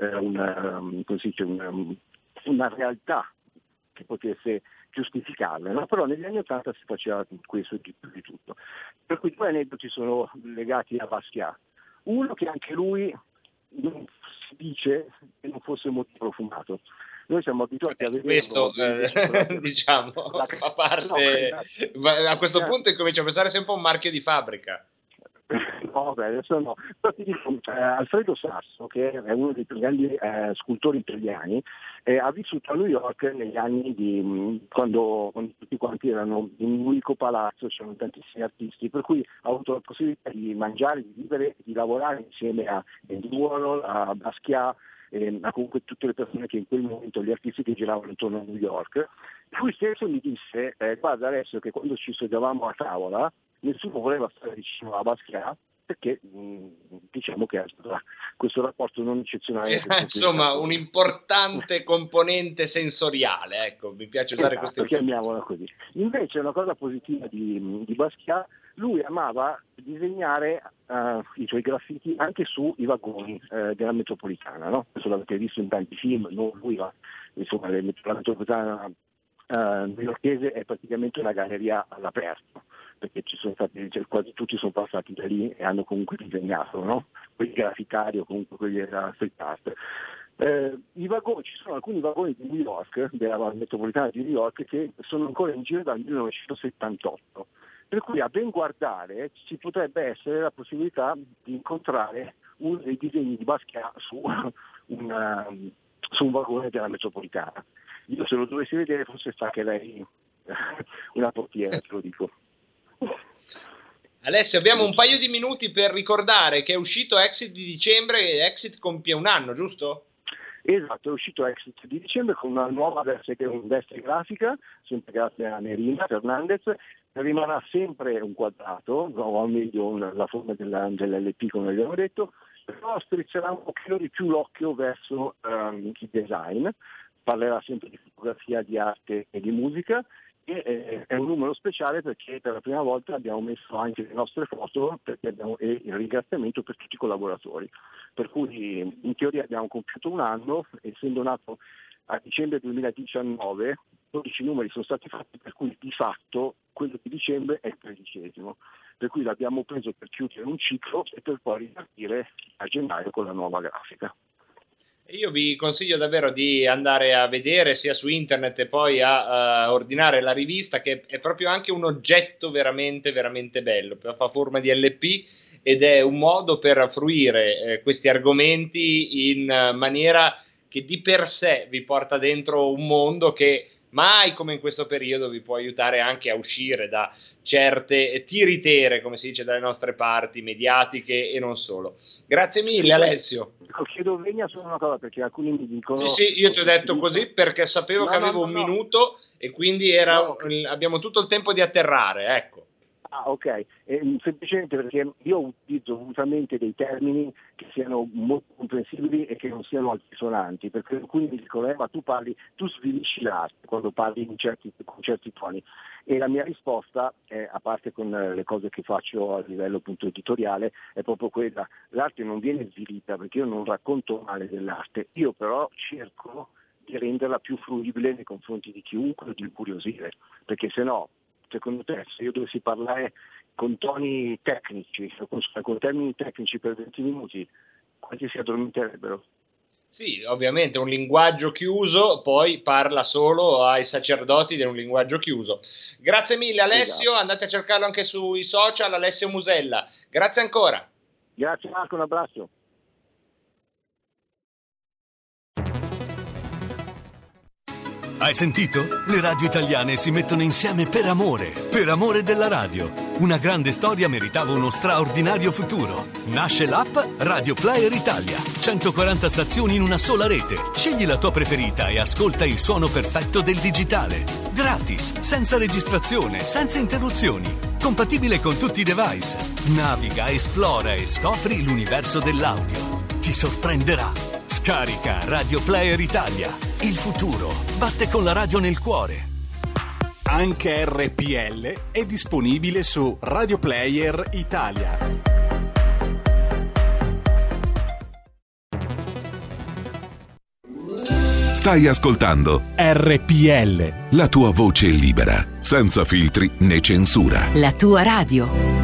una realtà che potesse giustificarle, no? Però negli anni 80 si faceva questo di tutto. Per cui 2 aneddoti sono legati a Basquiat. Uno che anche lui non si dice che non fosse molto profumato. Noi siamo abituati a vedere questo diciamo fa parte, a questo punto incomincia a pensare sempre a un marchio di fabbrica. No, adesso no. Però ti dico, Alfredo Sasso, che è uno dei più grandi scultori italiani, ha vissuto a New York negli anni quando tutti quanti erano in un unico palazzo, c'erano tantissimi artisti, per cui ha avuto la possibilità di mangiare, di vivere, di lavorare insieme a Andy Warhol, a Basquiat, a comunque tutte le persone che in quel momento, gli artisti che giravano intorno a New York. Lui stesso mi disse, guarda Alessio, che quando ci sedevamo a tavola nessuno voleva stare vicino a Basquiat, perché diciamo che questo rapporto non eccezionale. Insomma, un importante componente sensoriale, ecco, mi piace usare questo. Chiamiamola così. Invece una cosa positiva di Basquiat, lui amava disegnare i suoi graffiti anche sui vagoni della metropolitana, no? Questo l'avete visto in tanti film, non lui, ma insomma la metropolitana newyorkese è praticamente una galleria all'aperto, perché ci sono stati, quasi tutti sono passati da lì e hanno comunque disegnato, no? Quelli graffitari o comunque quelli della street art. I vagoni, ci sono alcuni vagoni di New York, della metropolitana di New York, che sono ancora in giro dal 1978, per cui a ben guardare ci potrebbe essere la possibilità di incontrare uno dei disegni di Basquiat su un vagone della metropolitana. Io, se lo dovessi vedere, forse sta che lei una portiera, te lo dico. Alessio, abbiamo un paio di minuti per ricordare che è uscito Exit di dicembre e Exit compie un anno, giusto? Esatto, è uscito Exit di dicembre con una nuova veste grafica, sempre grazie a Nerina Fernandez. Rimarrà sempre un quadrato, o meglio la forma dell'LP, come abbiamo detto, però strizzerà un pochino di più l'occhio verso il design. Parlerà sempre di fotografia, di arte e di musica, e è un numero speciale perché per la prima volta abbiamo messo anche le nostre foto e il ringraziamento per tutti i collaboratori, per cui in teoria abbiamo compiuto un anno, essendo nato a dicembre 2019 12 numeri sono stati fatti, per cui di fatto quello di dicembre è il 13°, per cui l'abbiamo preso per chiudere un ciclo e per poi ripartire a gennaio con la nuova grafica. Io vi consiglio davvero di andare a vedere sia su internet e poi a ordinare la rivista, che è proprio anche un oggetto veramente veramente bello, fa forma di LP ed è un modo per fruire questi argomenti in maniera che di per sé vi porta dentro un mondo che mai come in questo periodo vi può aiutare anche a uscire da certe tiritere, come si dice dalle nostre parti, mediatiche e non solo. Grazie mille Alessio. Chiedo venia solo una cosa, perché alcuni mi dicono... Sì, io ti ho detto così perché sapevo che avevo un minuto e quindi abbiamo tutto il tempo di atterrare, ecco. Ah, ok, semplicemente perché io utilizzo volutamente dei termini che siano molto comprensibili e che non siano altisonanti, perché alcuni mi dicono ma tu svilisci l'arte quando parli con certi toni, e la mia risposta, a parte con le cose che faccio a livello appunto editoriale, è proprio quella: l'arte non viene svilita, perché io non racconto male dell'arte, io però cerco di renderla più fruibile nei confronti di chiunque o di incuriosire, perché se no, secondo te, se io dovessi parlare con toni tecnici, con termini tecnici per 20 minuti, quanti si addormenterebbero? Sì, ovviamente un linguaggio chiuso poi parla solo ai sacerdoti di un linguaggio chiuso. Grazie mille Alessio, esatto. Andate a cercarlo anche sui social, Alessio Musella. Grazie ancora. Grazie Marco, un abbraccio. Hai sentito? Le radio italiane si mettono insieme per amore della radio. Una grande storia meritava uno straordinario futuro. Nasce l'app Radio Player Italia. 140 stazioni in una sola rete. Scegli la tua preferita e ascolta il suono perfetto del digitale. Gratis, senza registrazione, senza interruzioni. Compatibile con tutti i device. Naviga, esplora e scopri l'universo dell'audio. Ti sorprenderà. Scarica Radio Player Italia. Il futuro batte con la radio nel cuore. Anche RPL è disponibile su Radio Player Italia. Stai ascoltando RPL, la tua voce libera, senza filtri né censura. La tua radio.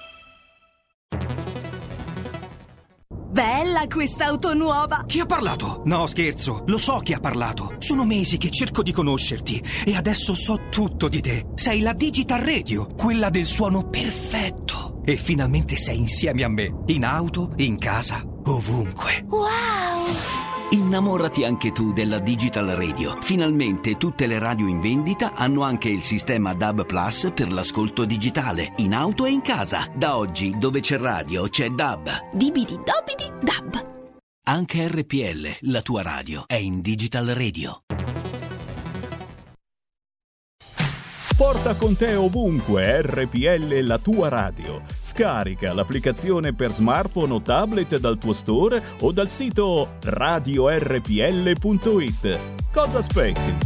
Bella quest'auto nuova! Chi ha parlato? No, scherzo, lo so chi ha parlato. Sono mesi che cerco di conoscerti e adesso so tutto di te. Sei la Digital Radio, quella del suono perfetto. E finalmente sei insieme a me, in auto, in casa, ovunque. Wow! Innamorati anche tu della Digital Radio. Finalmente tutte le radio in vendita hanno anche il sistema DAB Plus per l'ascolto digitale, in auto e in casa. Da oggi, dove c'è radio, c'è DAB. Dibidi dobidi DAB. Anche RPL, la tua radio, è in Digital Radio. Porta con te ovunque RPL la tua radio. Scarica l'applicazione per smartphone o tablet dal tuo store o dal sito radiorpl.it. Cosa aspetti?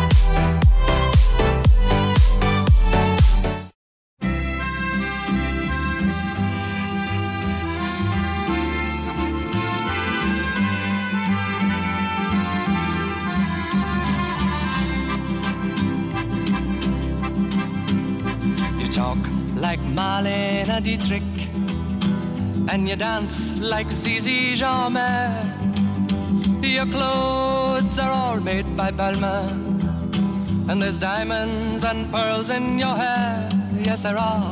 Like Marlene Dietrich, and you dance like Zizi Jeanmaire. Your clothes are all made by Balmain, and there's diamonds and pearls in your hair. Yes, there are.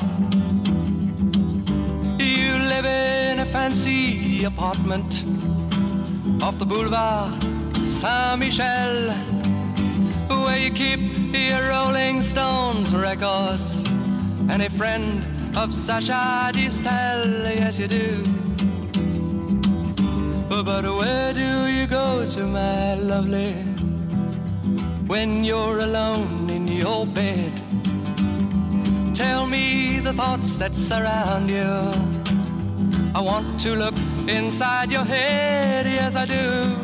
You live in a fancy apartment off the boulevard Saint-Michel, where you keep your Rolling Stones records and a friend of Sacha Distel, yes you do. But where do you go to, my lovely, when you're alone in your bed? Tell me the thoughts that surround you. I want to look inside your head, yes I do.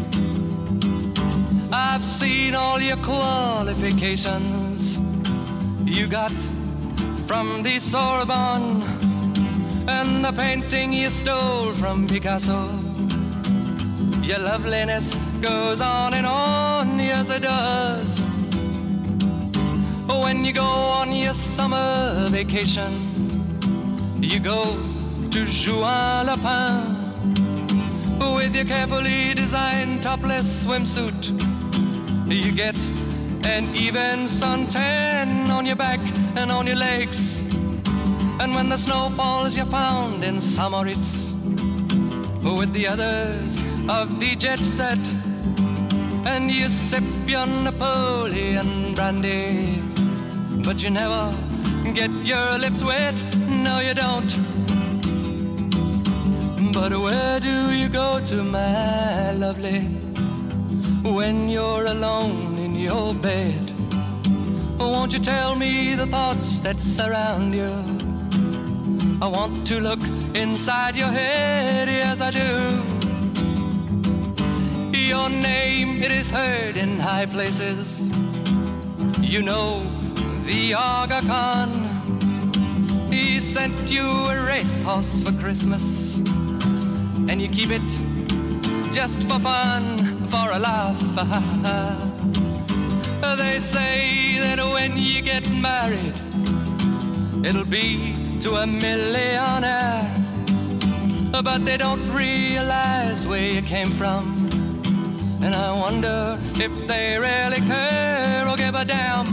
I've seen all your qualifications you got from the Sorbonne, and the painting you stole from Picasso. Your loveliness goes on and on, yes it does. When you go on your summer vacation, you go to Juan-le-Pin with your carefully designed topless swimsuit. You get an even suntan on your back and on your legs, and when the snow falls you're found in Samoritz with the others of the jet set, and you sip your Napoleon brandy, but you never get your lips wet, no you don't. But where do you go to, my lovely, when you're alone in your bed? Won't you tell me the thoughts that surround you? I want to look inside your head, yes I do. Your name, it is heard in high places. You know the Aga Khan, he sent you a racehorse for Christmas, and you keep it just for fun, for a laugh. They say that when you get married, it'll be to a millionaire, but they don't realize where you came from, and I wonder if they really care or give a damn.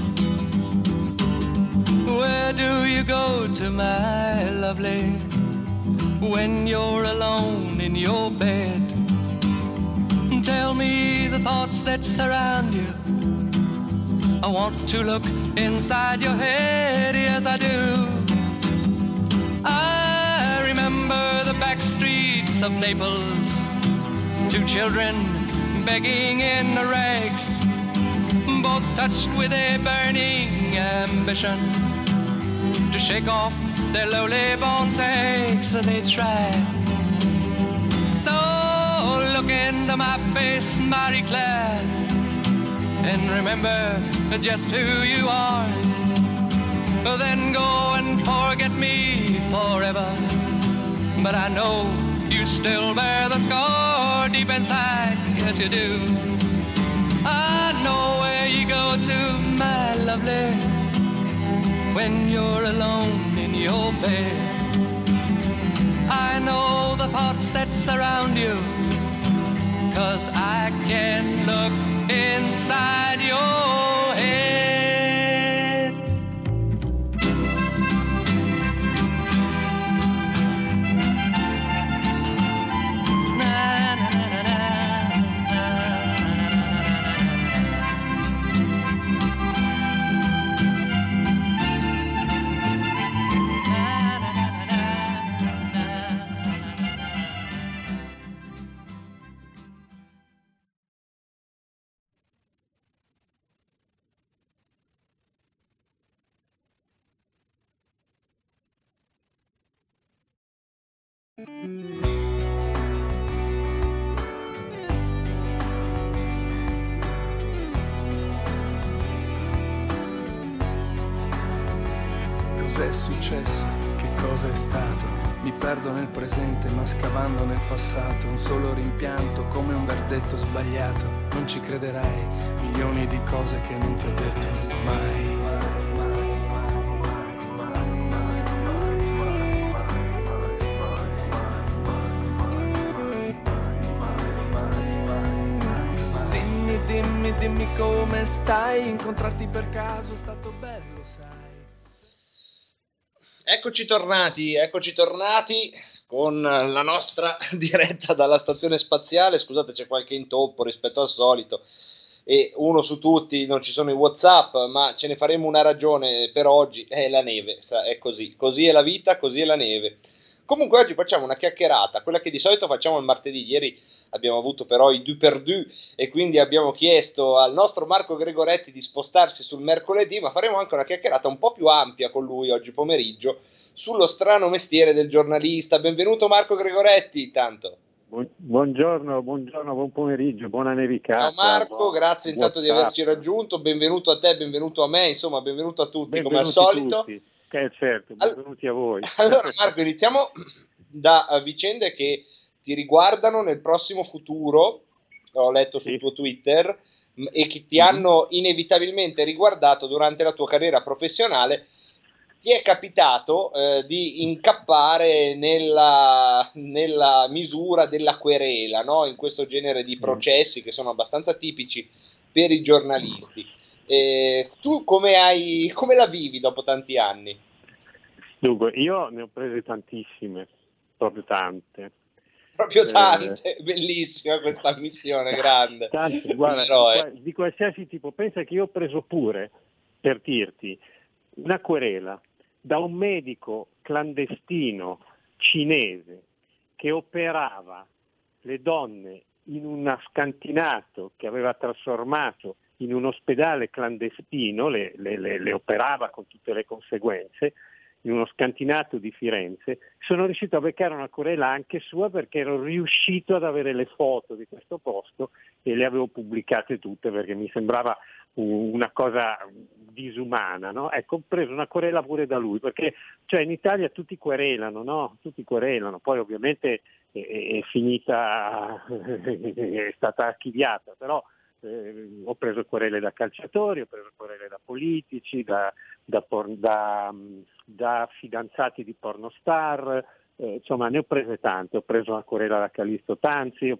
Where do you go to, my lovely, when you're alone in your bed? Tell me the thoughts that surround you. I want to look inside your head, yes I do. I remember the back streets of Naples, two children begging in the rags, both touched with a burning ambition to shake off their lowly born takes. They try. So look into my face, Marie Claire, and remember just who you are. Then go and forget me forever, but I know you still bear the scar deep inside, yes you do. I know where you go to, my lovely, when you're alone in your bed. I know the thoughts that surround you, 'cause I can look inside your head. Cos'è successo? Che cosa è stato? Mi perdo nel presente ma scavando nel passato. Un solo rimpianto come un verdetto sbagliato. Non ci crederai, milioni di cose che non ti ho detto mai. Dimmi come stai, incontrarti per caso è stato bello, sai. Eccoci tornati con la nostra diretta dalla stazione spaziale. Scusate, c'è qualche intoppo rispetto al solito e uno su tutti non ci sono i WhatsApp, ma ce ne faremo una ragione per oggi, è la neve, è così è la vita, così è la neve. Comunque oggi facciamo una chiacchierata, quella che di solito facciamo il martedì. Ieri abbiamo avuto però i due per due e quindi abbiamo chiesto al nostro Marco Gregoretti di spostarsi sul mercoledì, ma faremo anche una chiacchierata un po' più ampia con lui oggi pomeriggio sullo strano mestiere del giornalista. Benvenuto Marco Gregoretti, tanto. Buongiorno, buon pomeriggio, buona nevicata. Ciao Marco, grazie intanto di averci raggiunto, benvenuto a te, benvenuto a me, insomma benvenuto a tutti, come al solito. Certo, benvenuti a voi. Allora Marco, iniziamo da vicende che ti riguardano nel prossimo futuro, ho letto sul tuo Twitter, e che ti hanno inevitabilmente riguardato durante la tua carriera professionale. Ti è capitato di incappare nella misura della querela, no? In questo genere di processi che sono abbastanza tipici per i giornalisti. Tu come la vivi dopo tanti anni? Dunque, io ne ho prese tantissime, proprio tante. Bellissima questa missione, grande. Tante, guarda, di qualsiasi tipo. Pensa che io ho preso pure, per dirti, una querela da un medico clandestino cinese che operava le donne in un scantinato che aveva trasformato in un ospedale clandestino, le operava con tutte le conseguenze, in uno scantinato di Firenze. Sono riuscito a beccare una querela anche sua perché ero riuscito ad avere le foto di questo posto e le avevo pubblicate tutte perché mi sembrava una cosa disumana, no? Ecco, ho preso una querela pure da lui perché cioè in Italia tutti querelano, no? Tutti querelano, poi ovviamente è finita, è stata archiviata, però ho preso querele da calciatori, ho preso querele da politici, da fidanzati di pornostar, insomma ne ho prese tante. Ho preso una querela da Callisto Tanzi,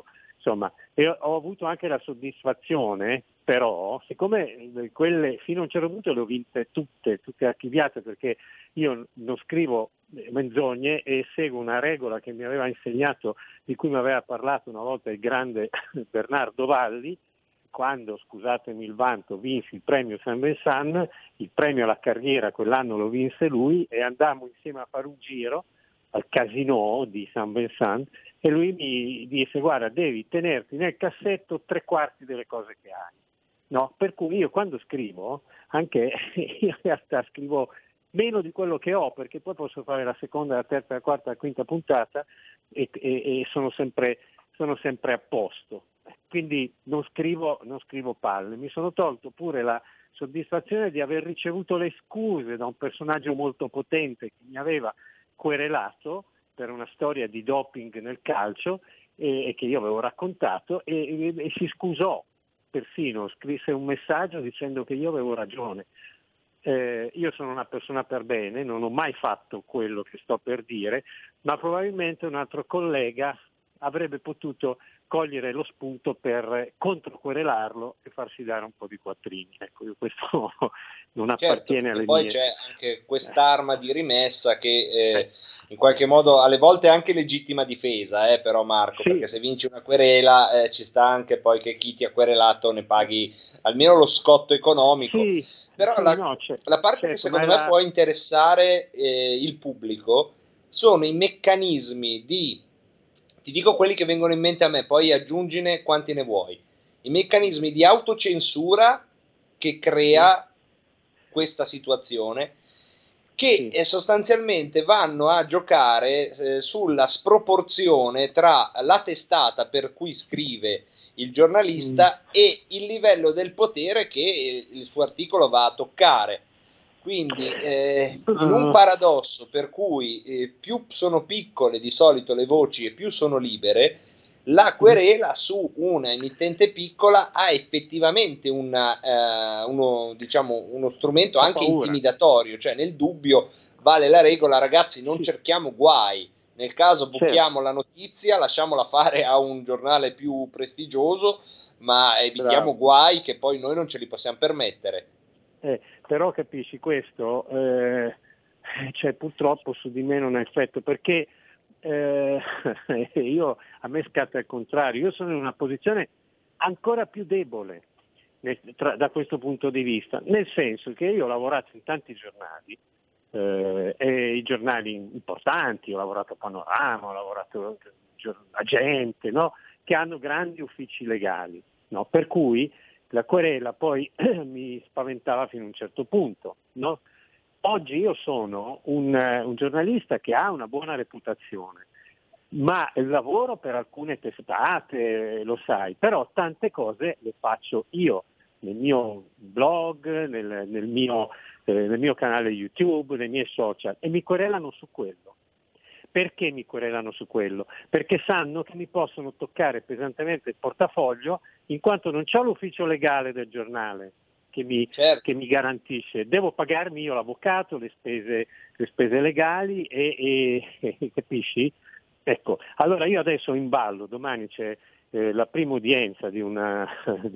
e ho avuto anche la soddisfazione, però siccome quelle fino a un certo punto le ho vinte tutte archiviate perché io non scrivo menzogne e seguo una regola che mi aveva insegnato, di cui mi aveva parlato una volta il grande Bernardo Valli, quando, scusatemi il vanto, vinsi il premio Saint Vincent, il premio alla carriera quell'anno lo vinse lui e andammo insieme a fare un giro al casino di Saint Vincent e lui mi disse: guarda, devi tenerti nel cassetto 3/4 delle cose che hai. No? Per cui io quando scrivo, anche in realtà scrivo meno di quello che ho, perché poi posso fare la seconda, la terza, la quarta, la quinta puntata e sono sempre a posto. Quindi non scrivo palle. Mi sono tolto pure la soddisfazione di aver ricevuto le scuse da un personaggio molto potente che mi aveva querelato per una storia di doping nel calcio e che io avevo raccontato e si scusò, persino scrisse un messaggio dicendo che io avevo ragione. Io sono una persona per bene, non ho mai fatto quello che sto per dire, ma probabilmente un altro collega avrebbe potuto cogliere lo spunto per controquerelarlo e farsi dare un po' di quattrini. Ecco, questo non appartiene alle poi mie. Poi c'è anche quest'arma di rimessa che in qualche modo alle volte è anche legittima difesa, però Marco, sì. Perché se vinci una querela ci sta anche poi che chi ti ha querelato ne paghi almeno lo scotto economico. Sì, però sì, la parte che secondo me può interessare il pubblico sono i meccanismi ti dico quelli che vengono in mente a me, poi aggiungine quanti ne vuoi. I meccanismi di autocensura che crea questa situazione che sostanzialmente vanno a giocare sulla sproporzione tra la testata per cui scrive il giornalista e il livello del potere che il suo articolo va a toccare. Quindi in un paradosso per cui più sono piccole di solito le voci e più sono libere, la querela su una emittente piccola ha effettivamente uno strumento anche intimidatorio, cioè nel dubbio vale la regola, ragazzi, non cerchiamo guai, nel caso buchiamo la notizia, lasciamola fare a un giornale più prestigioso, ma evitiamo guai che poi noi non ce li possiamo permettere. Però capisci questo, cioè purtroppo su di me non ha effetto, perché a me scatta il contrario, io sono in una posizione ancora più debole da questo punto di vista, nel senso che io ho lavorato in tanti giornali, e i giornali importanti, ho lavorato a Panorama, ho lavorato a Gente, no? Che hanno grandi uffici legali, no? Per cui la querela poi mi spaventava fino a un certo punto, no? Oggi io sono un giornalista che ha una buona reputazione, ma lavoro per alcune testate, lo sai, però tante cose le faccio io nel mio blog, nel mio canale YouTube, nei miei social, e mi querelano su quello. Perché mi querelano su quello? Perché sanno che mi possono toccare pesantemente il portafoglio, in quanto non c'ho l'ufficio legale del giornale che mi garantisce. Devo pagarmi io l'avvocato, le spese legali e capisci? Ecco, allora io adesso in ballo, domani c'è la prima udienza di una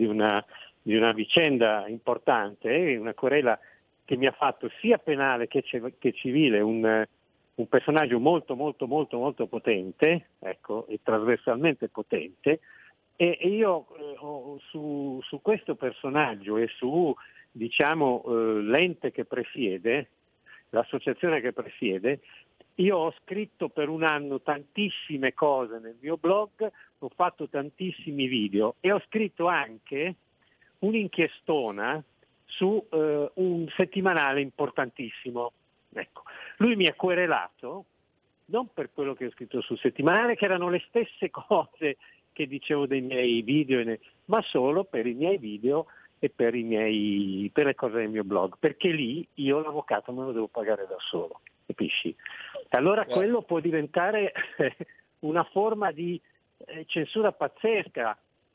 vicenda importante, una querela che mi ha fatto sia penale che civile un personaggio molto molto molto molto potente, ecco, e trasversalmente potente, e io su questo personaggio e su, diciamo, l'ente che presiede, l'associazione che presiede, io ho scritto per un anno tantissime cose nel mio blog, ho fatto tantissimi video e ho scritto anche un'inchiestona su un settimanale importantissimo. Ecco, lui mi ha querelato non per quello che ho scritto sul settimanale, che erano le stesse cose che dicevo dei miei video, ma solo per i miei video e per le cose del mio blog, perché lì io l'avvocato me lo devo pagare da solo, capisci? Allora quello può diventare una forma di censura pazzesca,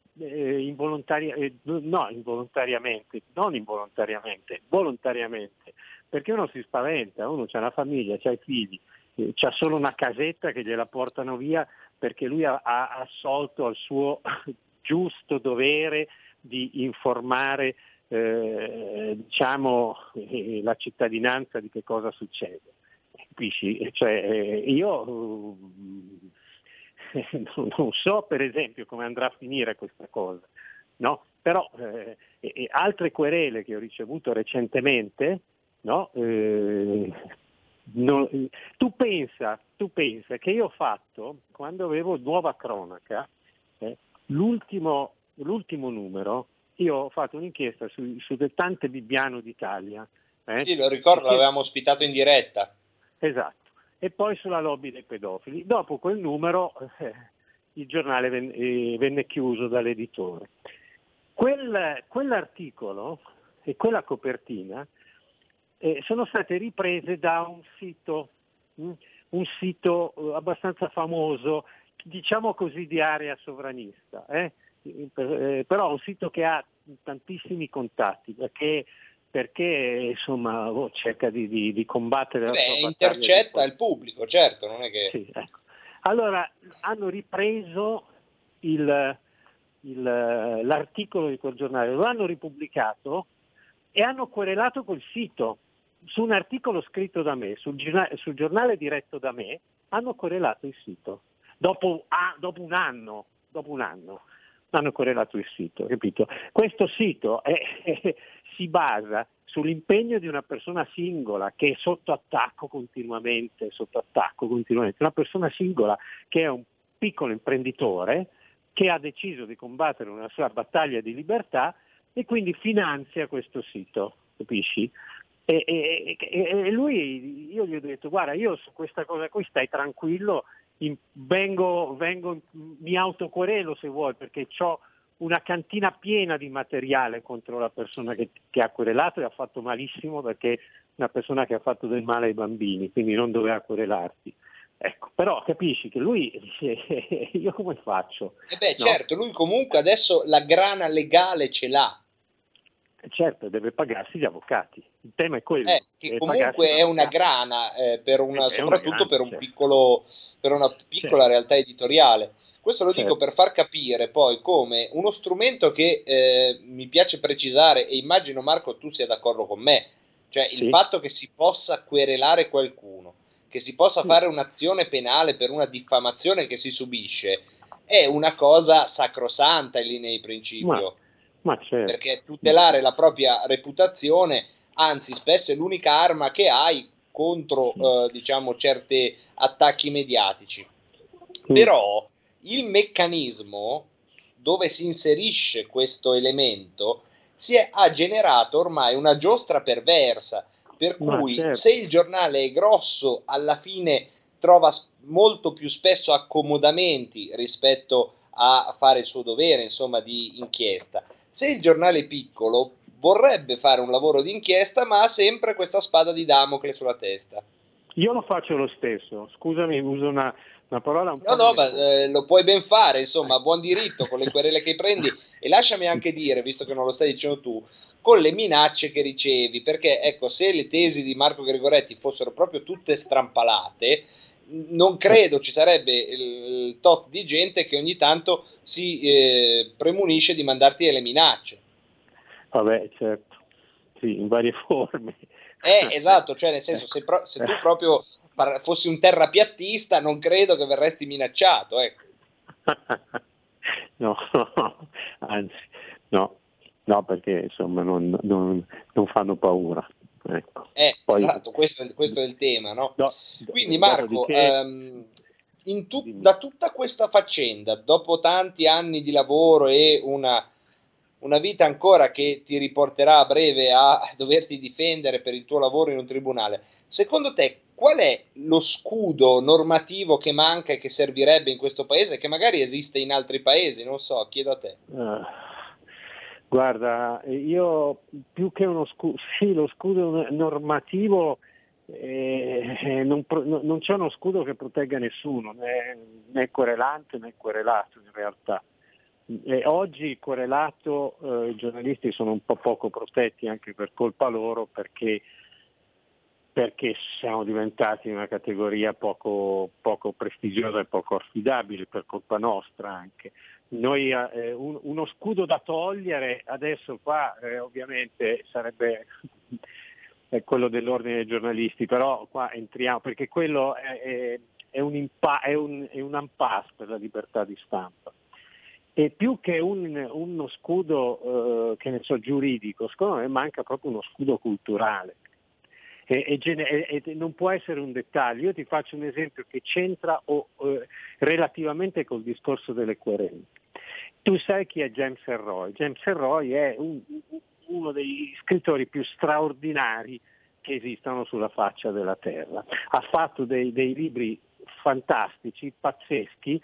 volontariamente, perché uno si spaventa, uno c'ha una famiglia, c'ha i figli, c'ha solo una casetta che gliela portano via perché lui ha assolto al suo giusto dovere di informare la cittadinanza di che cosa succede. Capisci? Cioè, io non so per esempio come andrà a finire questa cosa, no? Però altre querele che ho ricevuto recentemente, no? Tu pensa che io ho fatto, quando avevo Nuova Cronaca, l'ultimo numero, io ho fatto un'inchiesta su del Tante Bibbiano d'Italia. Sì, lo ricordo, l'avevamo ospitato in diretta. Esatto. E poi sulla lobby dei pedofili. Dopo quel numero il giornale venne chiuso dall'editore. Quell'articolo e quella copertina sono state riprese da un sito abbastanza famoso, diciamo così, di area sovranista, però un sito che ha tantissimi contatti, perché insomma cerca di combattere la sua battaglia. Intercetta il pubblico, certo, non è che... Sì, ecco. Allora hanno ripreso l'articolo di quel giornale, lo hanno ripubblicato e hanno querelato col sito su un articolo scritto da me, sul giornale diretto da me, hanno querelato il sito. Dopo un anno hanno querelato il sito, capito? Questo sito si basa sull'impegno di una persona singola che è sotto attacco continuamente, una persona singola che è un piccolo imprenditore che ha deciso di combattere una sua battaglia di libertà e quindi finanzia questo sito, capisci? E lui io gli ho detto guarda, io su questa cosa qui stai tranquillo, mi autoquerelo se vuoi, perché ho una cantina piena di materiale contro la persona che ha querelato, e ha fatto malissimo perché è una persona che ha fatto del male ai bambini, quindi non doveva querelarti. Ecco, però capisci che lui dice io come faccio? No? Certo, lui comunque adesso la grana legale ce l'ha. Certo, deve pagarsi gli avvocati. Il tema è quello. Che comunque è una grana soprattutto per una piccola realtà editoriale. Questo lo dico per far capire poi come uno strumento che mi piace precisare, e immagino Marco tu sia d'accordo con me, cioè il fatto che si possa querelare qualcuno, che si possa fare un'azione penale per una diffamazione che si subisce, è una cosa sacrosanta in linea di principio. Ma certo. Perché tutelare la propria reputazione, anzi spesso è l'unica arma che hai contro diciamo certi attacchi mediatici. Però il meccanismo dove si inserisce questo elemento ha generato ormai una giostra perversa, per cui se il giornale è grosso alla fine trova molto più spesso accomodamenti rispetto a fare il suo dovere, insomma, di inchiesta. Se il giornale è piccolo vorrebbe fare un lavoro di inchiesta, ma ha sempre questa spada di Damocle sulla testa. Io lo faccio lo stesso, scusami, uso una parola un po'. No, ma lo puoi ben fare, insomma, a buon diritto con le querele che prendi, e lasciami anche dire, visto che non lo stai dicendo tu, con le minacce che ricevi, perché ecco, se le tesi di Marco Gregoretti fossero proprio tutte strampalate, non credo ci sarebbe il tot di gente che ogni tanto si premunisce di mandarti delle minacce. Vabbè, certo, sì, in varie forme. Esatto, cioè nel senso, se tu proprio fossi un terrapiattista non credo che verresti minacciato, ecco. No, anzi, no, perché insomma non fanno paura. Ecco. Poi, esatto, questo è il tema, no? Quindi Marco, da tutta questa faccenda, dopo tanti anni di lavoro e una vita ancora che ti riporterà a breve a doverti difendere per il tuo lavoro in un tribunale, secondo te qual è lo scudo normativo che manca e che servirebbe in questo paese, che magari esiste in altri paesi? Non so, chiedo a te. Guarda, io più che lo scudo normativo, non c'è uno scudo che protegga nessuno, né querelante né querelato in realtà. E oggi il querelato, i giornalisti sono un po' poco protetti anche per colpa loro, perché siamo diventati una categoria poco prestigiosa e poco affidabile, per colpa nostra anche. Noi uno scudo da togliere adesso qua ovviamente sarebbe quello dell'ordine dei giornalisti, però qua entriamo perché quello è un impasse per la libertà di stampa. E più che uno scudo che ne so giuridico, secondo me manca proprio uno scudo culturale. E non può essere un dettaglio. Io ti faccio un esempio che c'entra relativamente col discorso delle querele. Tu sai chi è James Ellroy? James Ellroy è uno dei scrittori più straordinari che esistano sulla faccia della terra. Ha fatto dei libri fantastici, pazzeschi,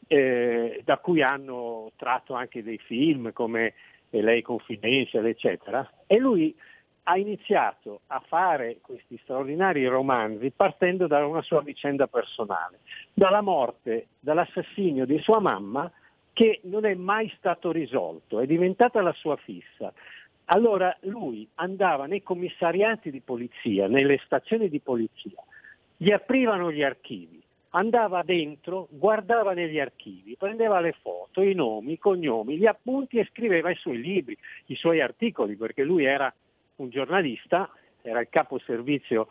da cui hanno tratto anche dei film come LA Confidential, eccetera, e lui ha iniziato a fare questi straordinari romanzi partendo da una sua vicenda personale, dalla morte, dall'assassinio di sua mamma, che non è mai stato risolto, è diventata la sua fissa. Allora lui andava nei commissariati di polizia, nelle stazioni di polizia, gli aprivano gli archivi, andava dentro, guardava negli archivi, prendeva le foto, i nomi, i cognomi, gli appunti e scriveva i suoi libri, i suoi articoli, perché lui era un giornalista, era il capo servizio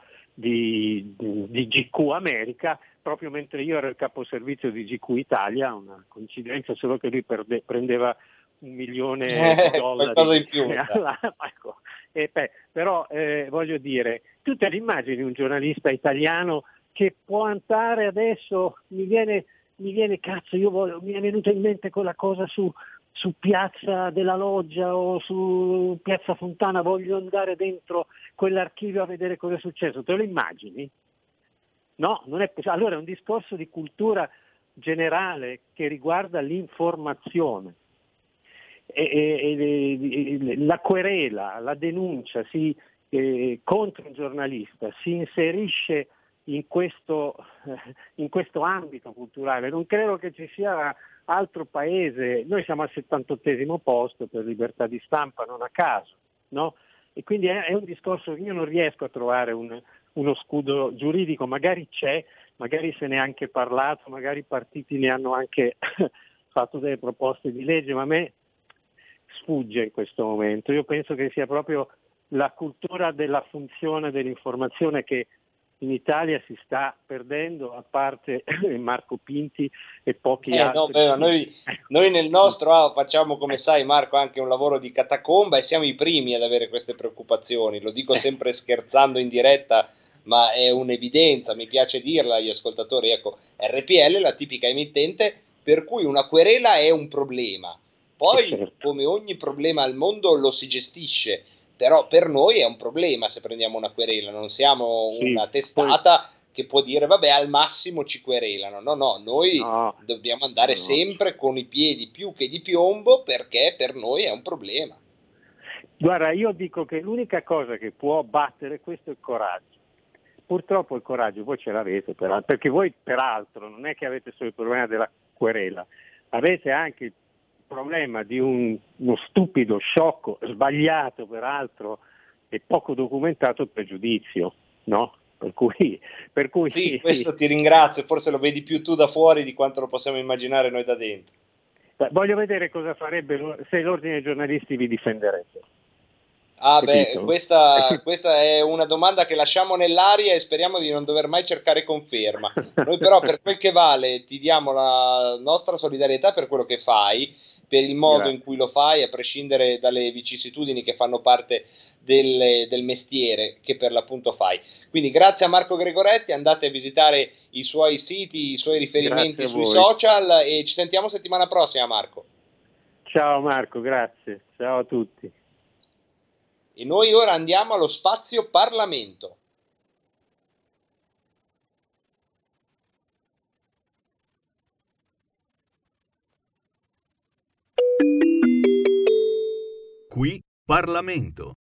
di GQ America, proprio mentre io ero il capo servizio di GQ Italia, una coincidenza solo che lui prendeva $1 milione di dollari. Qualcosa in più. Ecco. Però voglio dire, tu te l'immagini un giornalista italiano che può andare adesso, mi viene cazzo, mi è venuta in mente quella cosa su Piazza della Loggia o su Piazza Fontana, voglio andare dentro quell'archivio a vedere cosa è successo. Te lo immagini? No, non è possibile. Allora è un discorso di cultura generale che riguarda l'informazione. La querela, la denuncia contro un giornalista si inserisce in questo ambito culturale. Non credo che ci sia altro paese. Noi siamo al 78esimo posto per libertà di stampa, non a caso, no? E quindi è un discorso che io non riesco a trovare uno scudo giuridico, magari c'è, magari se ne è anche parlato, magari i partiti ne hanno anche fatto delle proposte di legge, ma a me sfugge in questo momento. Io penso che sia proprio la cultura della funzione dell'informazione che in Italia si sta perdendo, a parte Marco Pinti e pochi altri. No, noi nel nostro facciamo, come sai Marco, anche un lavoro di catacomba e siamo i primi ad avere queste preoccupazioni. Lo dico sempre scherzando in diretta, ma è un'evidenza, mi piace dirla agli ascoltatori. Ecco, RPL è la tipica emittente per cui una querela è un problema. Poi, come ogni problema al mondo, lo si gestisce. Però per noi è un problema se prendiamo una querela, non siamo una testata che può dire vabbè al massimo ci querelano, no, noi dobbiamo andare sempre con i piedi più che di piombo perché per noi è un problema. Guarda, io dico che l'unica cosa che può battere questo è il coraggio. Purtroppo il coraggio voi ce l'avete, perché voi peraltro non è che avete solo il problema della querela, avete anche il problema di uno stupido, sciocco, sbagliato peraltro e poco documentato pregiudizio, no? Per cui sì, questo ti ringrazio, forse lo vedi più tu da fuori di quanto lo possiamo immaginare noi da dentro. Voglio vedere cosa farebbe se l'ordine dei giornalisti vi difenderebbe. Questa è una domanda che lasciamo nell'aria e speriamo di non dover mai cercare conferma. Noi però per quel che vale ti diamo la nostra solidarietà per quello che fai, per il modo in cui lo fai, a prescindere dalle vicissitudini che fanno parte del mestiere che per l'appunto fai. Quindi grazie a Marco Gregoretti, andate a visitare i suoi siti, i suoi riferimenti sui social e ci sentiamo settimana prossima, Marco. Ciao Marco, grazie, ciao a tutti. E noi ora andiamo allo spazio Parlamento. Qui Parlamento.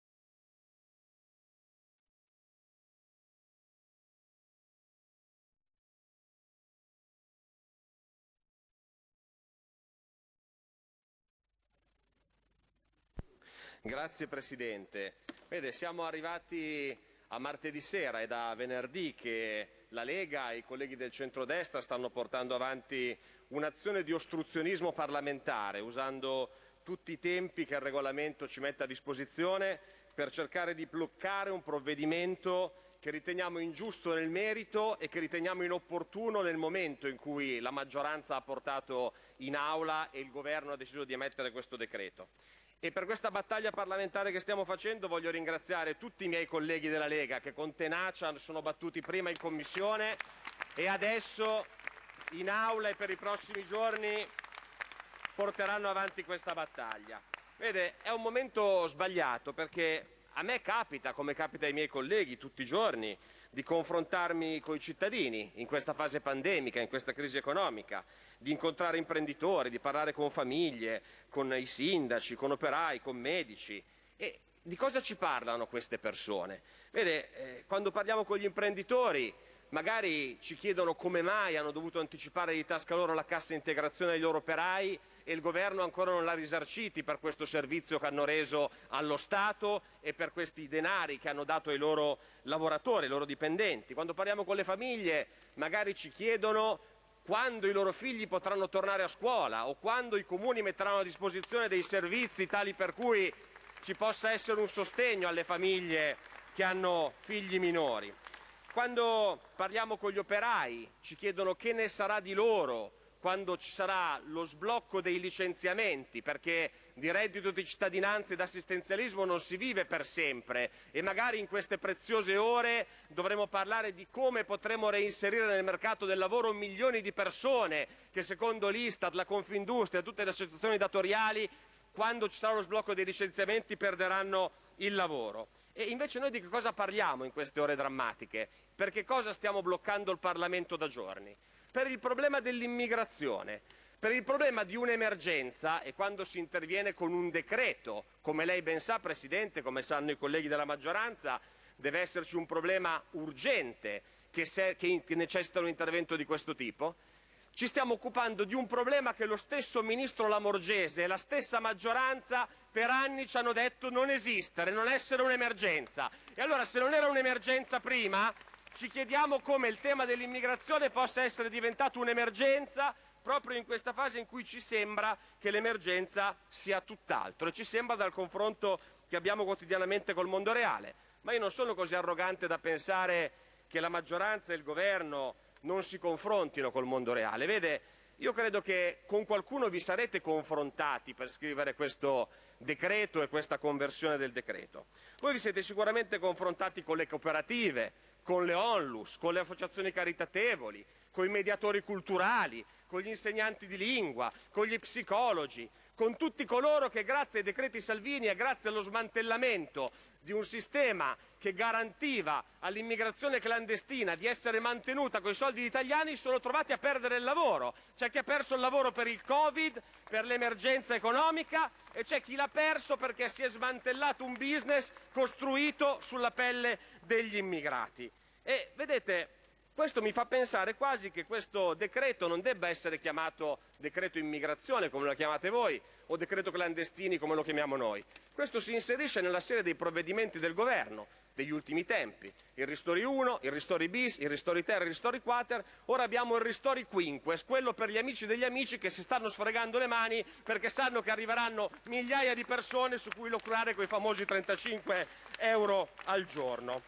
Grazie Presidente. Vede, siamo arrivati a martedì sera, è da venerdì che la Lega e i colleghi del centrodestra stanno portando avanti un'azione di ostruzionismo parlamentare, usando tutti i tempi che il regolamento ci mette a disposizione per cercare di bloccare un provvedimento che riteniamo ingiusto nel merito e che riteniamo inopportuno nel momento in cui la maggioranza ha portato in aula e il governo ha deciso di emettere questo decreto. E per questa battaglia parlamentare che stiamo facendo voglio ringraziare tutti i miei colleghi della Lega che con tenacia sono battuti prima in Commissione e adesso in aula e per i prossimi giorni porteranno avanti questa battaglia. Vede, è un momento sbagliato perché a me capita, come capita ai miei colleghi tutti i giorni, di confrontarmi con i cittadini in questa fase pandemica, in questa crisi economica, di incontrare imprenditori, di parlare con famiglie, con i sindaci, con operai, con medici. E di cosa ci parlano queste persone? Vede, quando parliamo con gli imprenditori magari ci chiedono come mai hanno dovuto anticipare di tasca loro la cassa integrazione ai loro operai e il governo ancora non l'ha risarciti per questo servizio che hanno reso allo Stato e per questi denari che hanno dato ai loro lavoratori, ai loro dipendenti. Quando parliamo con le famiglie magari ci chiedono quando i loro figli potranno tornare a scuola o quando i comuni metteranno a disposizione dei servizi tali per cui ci possa essere un sostegno alle famiglie che hanno figli minori. Quando parliamo con gli operai ci chiedono che ne sarà di loro quando ci sarà lo sblocco dei licenziamenti, perché di reddito di cittadinanza ed assistenzialismo non si vive per sempre e magari in queste preziose ore dovremo parlare di come potremo reinserire nel mercato del lavoro milioni di persone che secondo l'Istat, la Confindustria e tutte le associazioni datoriali quando ci sarà lo sblocco dei licenziamenti perderanno il lavoro. E invece noi di che cosa parliamo in queste ore drammatiche? per che cosa stiamo bloccando il Parlamento da giorni? Per il problema dell'immigrazione, per il problema di un'emergenza, e quando si interviene con un decreto, come lei ben sa, Presidente, come sanno i colleghi della maggioranza, deve esserci un problema urgente che necessita un intervento di questo tipo. Ci stiamo occupando di un problema che lo stesso Ministro Lamorgese e la stessa maggioranza per anni ci hanno detto non esistere, non essere un'emergenza. E allora, se non era un'emergenza prima, ci chiediamo come il tema dell'immigrazione possa essere diventato un'emergenza proprio in questa fase in cui ci sembra che l'emergenza sia tutt'altro, e ci sembra dal confronto che abbiamo quotidianamente col mondo reale. Ma io non sono così arrogante da pensare che la maggioranza e il governo non si confrontino col mondo reale. Vede, io credo che con qualcuno vi sarete confrontati per scrivere questo decreto e questa conversione del decreto. Voi vi siete sicuramente confrontati con le cooperative, con le onlus, con le associazioni caritatevoli, con i mediatori culturali, con gli insegnanti di lingua, con gli psicologi, con tutti coloro che grazie ai decreti Salvini e grazie allo smantellamento di un sistema che garantiva all'immigrazione clandestina di essere mantenuta con i soldi italiani, sono trovati a perdere il lavoro. C'è chi ha perso il lavoro per il Covid, per l'emergenza economica, e c'è chi l'ha perso perché si è smantellato un business costruito sulla pelle degli immigrati. E vedete, questo mi fa pensare quasi che questo decreto non debba essere chiamato decreto immigrazione come lo chiamate voi o decreto clandestini come lo chiamiamo noi. Questo si inserisce nella serie dei provvedimenti del governo degli ultimi tempi. Il Ristori 1, il Ristori bis, il Ristori ter, il Ristori quater, ora abbiamo il Ristori quinques, quello per gli amici degli amici che si stanno sfregando le mani perché sanno che arriveranno migliaia di persone su cui lucrare quei famosi 35 euro al giorno.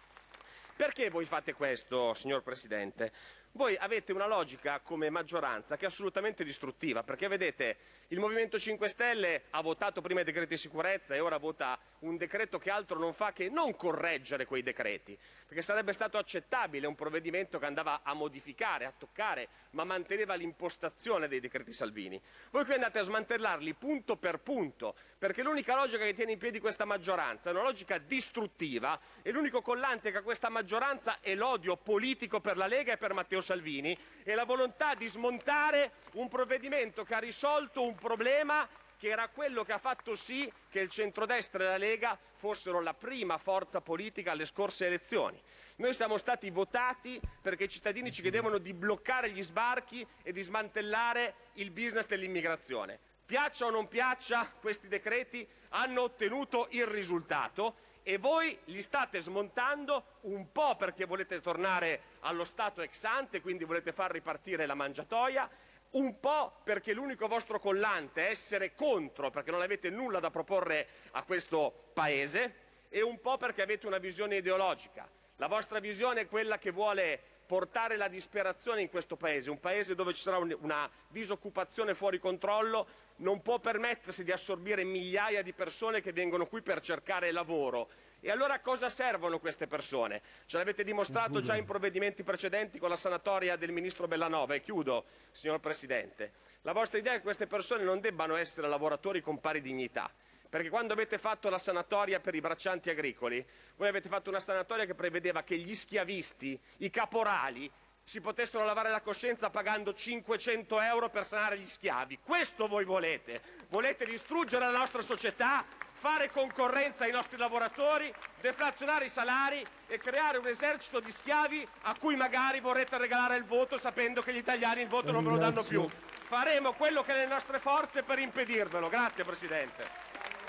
Perché voi fate questo, signor Presidente? Voi avete una logica come maggioranza che è assolutamente distruttiva, perché vedete, il Movimento 5 Stelle ha votato prima i decreti di sicurezza e ora vota un decreto che altro non fa che non correggere quei decreti, perché sarebbe stato accettabile un provvedimento che andava a modificare, a toccare, ma manteneva l'impostazione dei decreti Salvini. Voi qui andate a smantellarli punto per punto, perché l'unica logica che tiene in piedi questa maggioranza è una logica distruttiva, e l'unico collante che ha questa maggioranza è l'odio politico per la Lega e per Matteo Salvini e la volontà di smontare un provvedimento che ha risolto un problema che era quello che ha fatto sì che il centrodestra e la Lega fossero la prima forza politica alle scorse elezioni. Noi siamo stati votati perché i cittadini ci chiedevano di bloccare gli sbarchi e di smantellare il business dell'immigrazione. Piaccia o non piaccia, questi decreti hanno ottenuto il risultato e voi li state smontando un po' perché volete tornare allo stato ex ante, quindi volete far ripartire la mangiatoia, un po' perché l'unico vostro collante è essere contro, perché non avete nulla da proporre a questo Paese, e un po' perché avete una visione ideologica. La vostra visione è quella che vuole portare la disperazione in questo Paese, un Paese dove ci sarà una disoccupazione fuori controllo, non può permettersi di assorbire migliaia di persone che vengono qui per cercare lavoro. E allora a cosa servono queste persone? Ce l'avete dimostrato già in provvedimenti precedenti con la sanatoria del ministro Bellanova. E chiudo, signor Presidente. La vostra idea è che queste persone non debbano essere lavoratori con pari dignità. Perché quando avete fatto la sanatoria per i braccianti agricoli, voi avete fatto una sanatoria che prevedeva che gli schiavisti, i caporali, si potessero lavare la coscienza pagando 500 euro per sanare gli schiavi. Questo voi volete. Volete distruggere la nostra società, fare concorrenza ai nostri lavoratori, deflazionare i salari e creare un esercito di schiavi a cui magari vorrete regalare il voto sapendo che gli italiani il voto non ve lo danno più. Faremo quello che è nelle nostre forze per impedirvelo. Grazie, Presidente.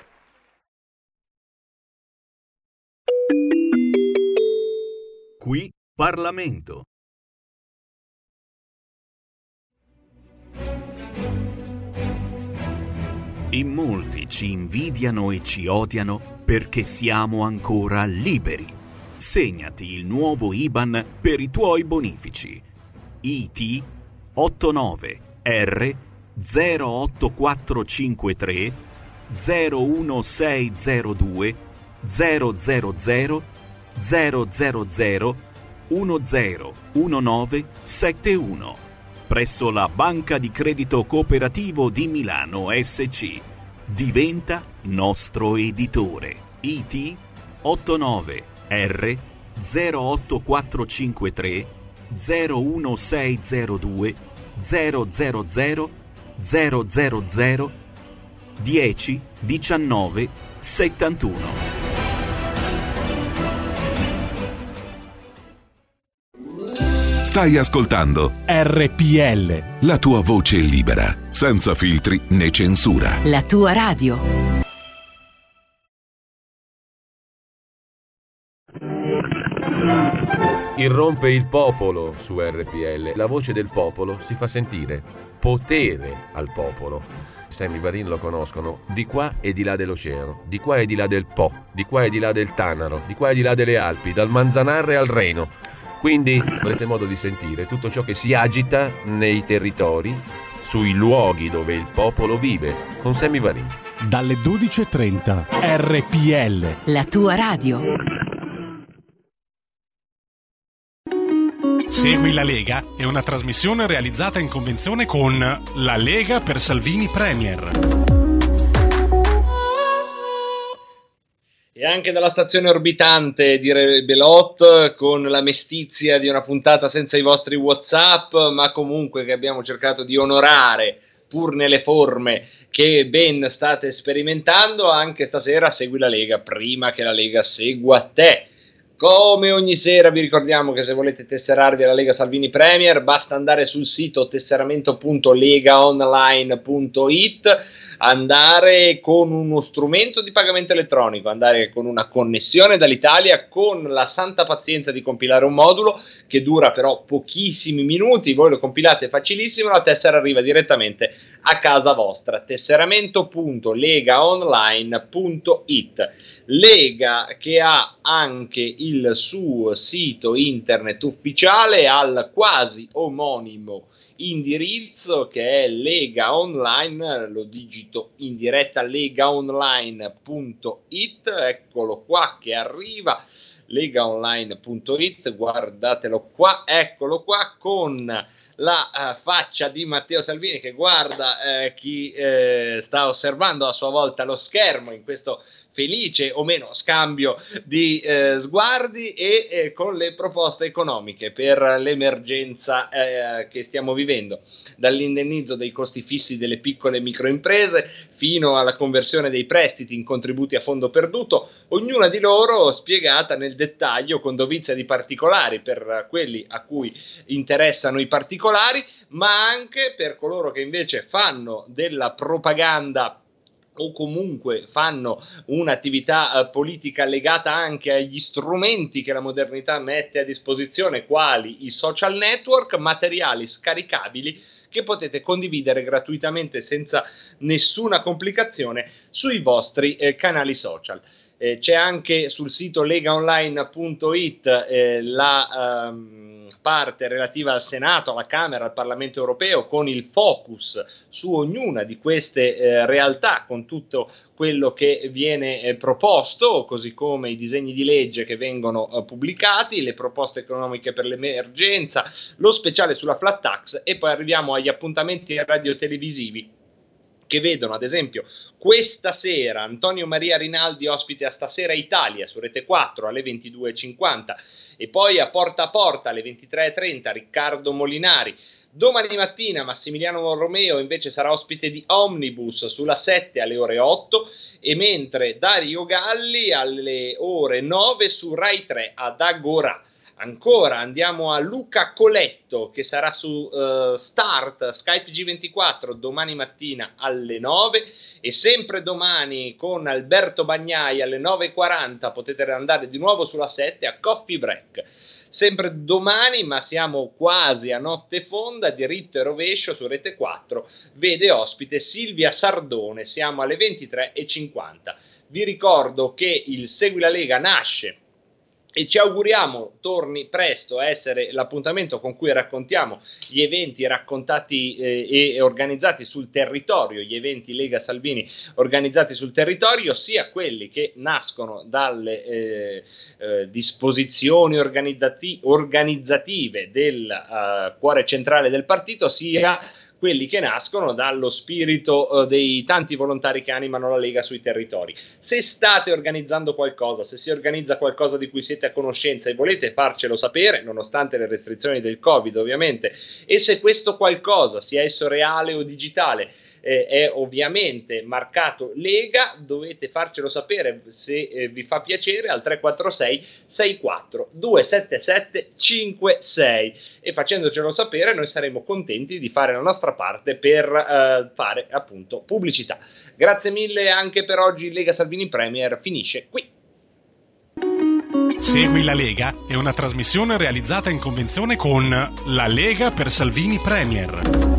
Qui Parlamento. In molti ci invidiano e ci odiano perché siamo ancora liberi. Segnati il nuovo IBAN per i tuoi bonifici. IT 89 R 08453 01602 000 000 101971 presso la Banca di Credito Cooperativo di Milano SC. Diventa nostro editore. IT 89 R 08453 01602 000 000 10 19 71. Stai ascoltando RPL, la tua voce libera, senza filtri né censura. La tua radio. Irrompe il popolo su RPL, la voce del popolo si fa sentire, potere al popolo. Sammy Varin lo conoscono di qua e di là dell'oceano, di qua e di là del Po, di qua e di là del Tanaro, di qua e di là delle Alpi, dal Manzanarre al Reno. Quindi avrete modo di sentire tutto ciò che si agita nei territori, sui luoghi dove il popolo vive, con Sammy Varin. Dalle 12.30 RPL, la tua radio. Segui la Lega è una trasmissione realizzata in convenzione con La Lega per Salvini Premier. E anche dalla stazione orbitante di Rebelot, con la mestizia di una puntata senza i vostri WhatsApp, ma comunque che abbiamo cercato di onorare pur nelle forme che ben state sperimentando. Anche stasera segui la Lega prima che la Lega segua te. Come ogni sera vi ricordiamo che se volete tesserarvi alla Lega Salvini Premier basta andare sul sito tesseramento.legaonline.it, andare con uno strumento di pagamento elettronico, andare con una connessione dall'Italia, con la santa pazienza di compilare un modulo che dura però pochissimi minuti, voi lo compilate facilissimo, la tessera arriva direttamente a casa vostra. tesseramento.legaonline.it. Lega che ha anche il suo sito internet ufficiale al quasi omonimo indirizzo che è Lega Online, lo digito in diretta, legaonline.it, eccolo qua che arriva, legaonline.it, guardatelo qua, eccolo qua, con la faccia di Matteo Salvini che guarda chi sta osservando a sua volta lo schermo in questo felice o meno scambio di sguardi e con le proposte economiche per l'emergenza che stiamo vivendo, dall'indennizzo dei costi fissi delle piccole e microimprese fino alla conversione dei prestiti in contributi a fondo perduto, ognuna di loro spiegata nel dettaglio con dovizia di particolari per quelli a cui interessano i particolari, ma anche per coloro che invece fanno della propaganda o comunque fanno un'attività politica legata anche agli strumenti che la modernità mette a disposizione, quali i social network, materiali scaricabili che potete condividere gratuitamente senza nessuna complicazione sui vostri canali social. C'è anche sul sito legaonline.it la parte relativa al Senato, alla Camera, al Parlamento europeo, con il focus su ognuna di queste realtà, con tutto quello che viene proposto, così come i disegni di legge che vengono pubblicati, le proposte economiche per l'emergenza, lo speciale sulla flat tax, e poi arriviamo agli appuntamenti radiotelevisivi che vedono ad esempio questa sera Antonio Maria Rinaldi ospite a Stasera Italia su Rete 4 alle 22.50 e poi a Porta alle 23.30 Riccardo Molinari. Domani mattina Massimiliano Romeo invece sarà ospite di Omnibus sulla 7 alle ore 8, e mentre Dario Galli alle ore 9 su Rai 3 ad Agora. Ancora andiamo a Luca Coletto che sarà su Start Skype G24 domani mattina alle 9, e sempre domani con Alberto Bagnai alle 9.40 potete andare di nuovo sulla 7 a Coffee Break. Sempre domani, ma siamo quasi a notte fonda, Diritto e Rovescio su Rete 4 vede ospite Silvia Sardone, siamo alle 23.50. Vi ricordo che il Segui la Lega nasce e ci auguriamo torni presto a essere l'appuntamento con cui raccontiamo gli eventi raccontati e organizzati sul territorio, gli eventi Lega Salvini organizzati sul territorio, sia quelli che nascono dalle disposizioni organizzative del cuore centrale del partito, sia quelli che nascono dallo spirito dei tanti volontari che animano la Lega sui territori. Se state organizzando qualcosa, se si organizza qualcosa di cui siete a conoscenza e volete farcelo sapere, nonostante le restrizioni del Covid ovviamente, e se questo qualcosa, sia esso reale o digitale, è ovviamente marcato Lega, dovete farcelo sapere se vi fa piacere al 346 64 277 56 e facendocelo sapere noi saremo contenti di fare la nostra parte per fare appunto pubblicità. Grazie mille anche per oggi. Lega Salvini Premier finisce qui. Segui la Lega è una trasmissione realizzata in convenzione con la Lega per Salvini Premier.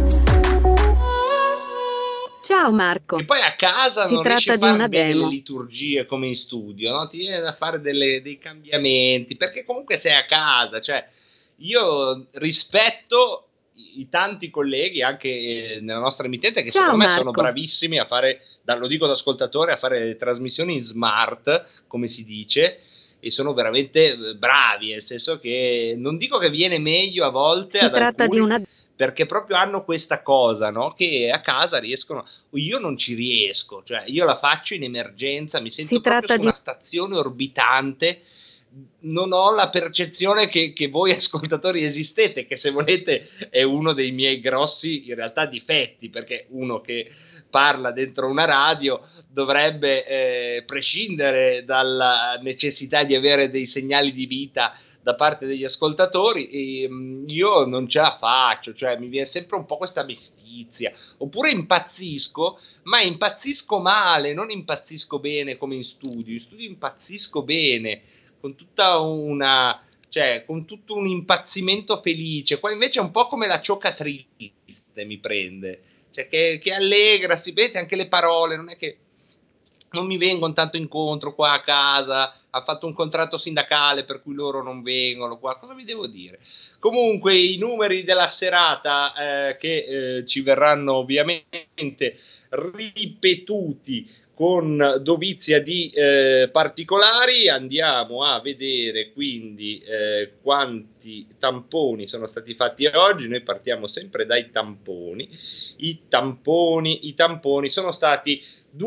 Ciao Marco. E poi a casa si non riesci tratta a di fare una bene demo. le liturgie come in studio, no? Ti viene da fare dei cambiamenti, perché comunque sei a casa, cioè io rispetto i tanti colleghi anche nella nostra emittente che Ciao, secondo me Marco. sono bravissimi a fare, lo dico da ascoltatore, a fare le trasmissioni smart, come si dice, e sono veramente bravi, nel senso che non dico che viene meglio a volte Si ad tratta alcuni, di una perché proprio hanno questa cosa, no? Che a casa riescono, io non ci riesco, cioè io la faccio in emergenza, mi sento Si proprio tratta su di- una stazione orbitante, non ho la percezione che voi ascoltatori esistete, che se volete è uno dei miei grossi in realtà difetti, perché uno che parla dentro una radio dovrebbe prescindere dalla necessità di avere dei segnali di vita da parte degli ascoltatori, e io non ce la faccio, cioè mi viene sempre un po' questa mestizia, oppure impazzisco, ma impazzisco male, non impazzisco bene come in studio impazzisco bene, con tutta una, cioè con tutto un impazzimento felice. Qua invece è un po' come la ciocca triste, mi prende, cioè che allegra, si vede anche le parole, non è che non mi vengono tanto incontro qua a casa, ha fatto un contratto sindacale per cui loro non vengono qua, cosa vi devo dire? Comunque i numeri della serata che ci verranno ovviamente ripetuti con dovizia di particolari, andiamo a vedere quindi quanti tamponi sono stati fatti oggi. Noi partiamo sempre dai tamponi. I tamponi sono stati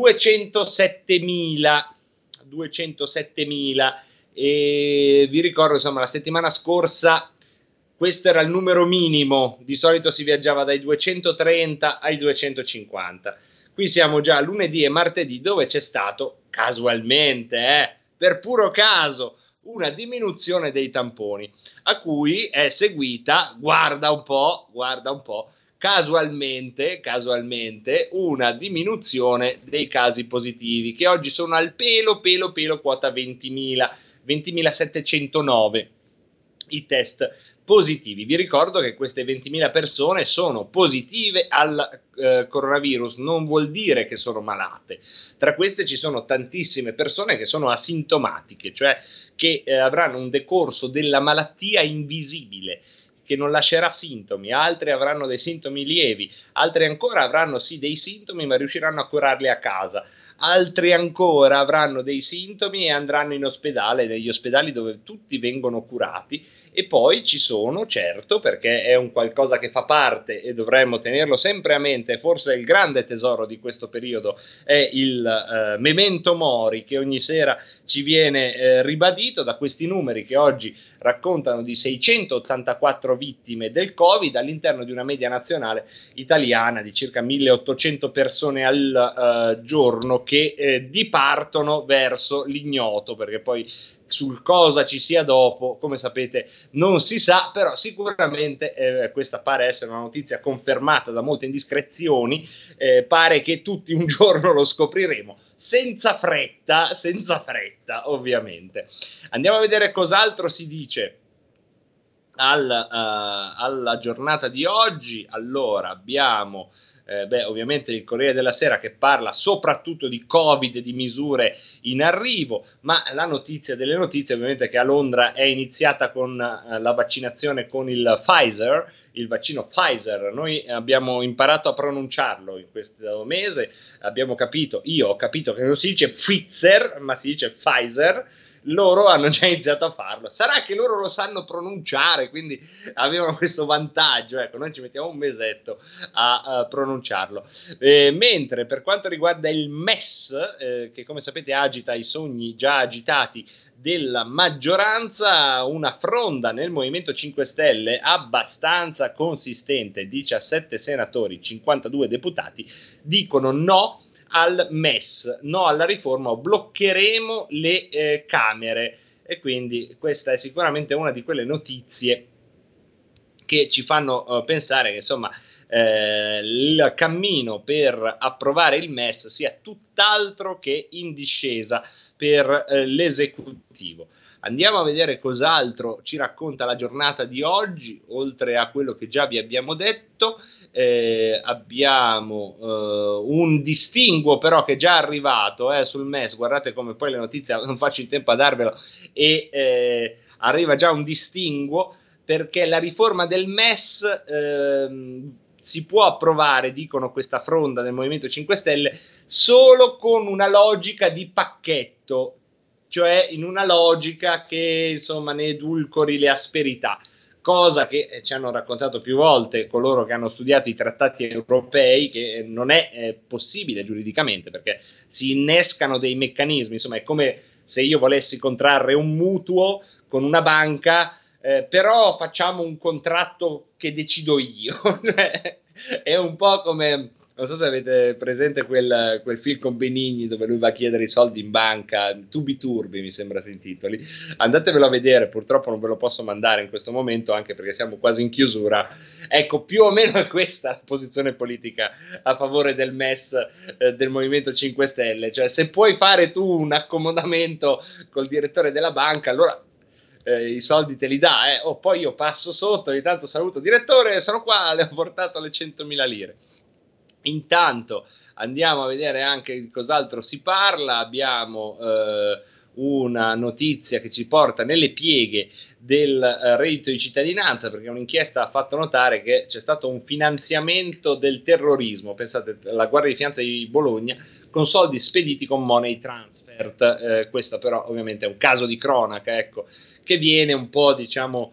207.000 e vi ricordo, insomma, la settimana scorsa questo era il numero minimo, di solito si viaggiava dai 230 ai 250. Qui siamo già lunedì e martedì, dove c'è stato casualmente, per puro caso, una diminuzione dei tamponi, a cui è seguita, guarda un po', casualmente una diminuzione dei casi positivi, che oggi sono al pelo quota 20.709 i test positivi. Vi ricordo che queste 20.000 persone sono positive al coronavirus, non vuol dire che sono malate. Tra queste ci sono tantissime persone che sono asintomatiche, cioè che avranno un decorso della malattia invisibile, che non lascerà sintomi. Altre avranno dei sintomi lievi, altre ancora avranno sì dei sintomi ma riusciranno a curarli a casa, altri ancora avranno dei sintomi e andranno in ospedale, negli ospedali dove tutti vengono curati. E poi ci sono, certo, perché è un qualcosa che fa parte e dovremmo tenerlo sempre a mente, forse il grande tesoro di questo periodo è il memento mori, che ogni sera ci viene ribadito da questi numeri che oggi raccontano di 684 vittime del Covid all'interno di una media nazionale italiana di circa 1800 persone al giorno che dipartono verso l'ignoto, perché poi sul cosa ci sia dopo, come sapete, non si sa, però sicuramente questa pare essere una notizia confermata da molte indiscrezioni, pare che tutti un giorno lo scopriremo, senza fretta ovviamente. Andiamo a vedere cos'altro si dice alla giornata di oggi. Allora abbiamo ovviamente il Corriere della Sera che parla soprattutto di Covid e di misure in arrivo, ma la notizia delle notizie ovviamente è che a Londra è iniziata con la vaccinazione con il Pfizer, il vaccino Pfizer. Noi abbiamo imparato a pronunciarlo in questo mese, io ho capito che non si dice Pfizer ma si dice Pfizer. loro hanno già iniziato a farlo. Sarà che loro lo sanno pronunciare, quindi avevano questo vantaggio, ecco, noi ci mettiamo un mesetto a pronunciarlo. Mentre per quanto riguarda il MES, che come sapete agita i sogni già agitati della maggioranza, una fronda nel Movimento 5 Stelle abbastanza consistente, 17 senatori, 52 deputati, dicono no al MES, no alla riforma, o bloccheremo le Camere. E quindi questa è sicuramente una di quelle notizie che ci fanno pensare che insomma il cammino per approvare il MES sia tutt'altro che in discesa per l'esecutivo. Andiamo a vedere cos'altro ci racconta la giornata di oggi, oltre a quello che già vi abbiamo detto. Abbiamo un distinguo però che è già arrivato sul MES, guardate come poi le notizie non faccio in tempo a darvelo, e arriva già un distinguo perché la riforma del MES si può approvare, dicono questa fronda del Movimento 5 Stelle, solo con una logica di pacchetto, cioè in una logica che insomma ne edulcori le asperità, cosa che ci hanno raccontato più volte coloro che hanno studiato i trattati europei, che non è possibile giuridicamente, perché si innescano dei meccanismi, insomma è come se io volessi contrarre un mutuo con una banca, però facciamo un contratto che decido io. È un po' come, non so se avete presente quel film con Benigni dove lui va a chiedere i soldi in banca, Tubi Turbi mi sembra si intitoli, andatevelo a vedere, purtroppo non ve lo posso mandare in questo momento anche perché siamo quasi in chiusura. Ecco, più o meno è questa la posizione politica a favore del MES del Movimento 5 Stelle, cioè se puoi fare tu un accomodamento col direttore della banca, allora i soldi te li dà, poi io passo sotto, ogni tanto saluto, direttore sono qua, le ho portato le 100.000 lire. Intanto andiamo a vedere anche di cos'altro si parla. Abbiamo una notizia che ci porta nelle pieghe del reddito di cittadinanza, perché un'inchiesta ha fatto notare che c'è stato un finanziamento del terrorismo, pensate, la Guardia di Finanza di Bologna, con soldi spediti con money transfer. Questo però ovviamente è un caso di cronaca, ecco, che viene un po', diciamo,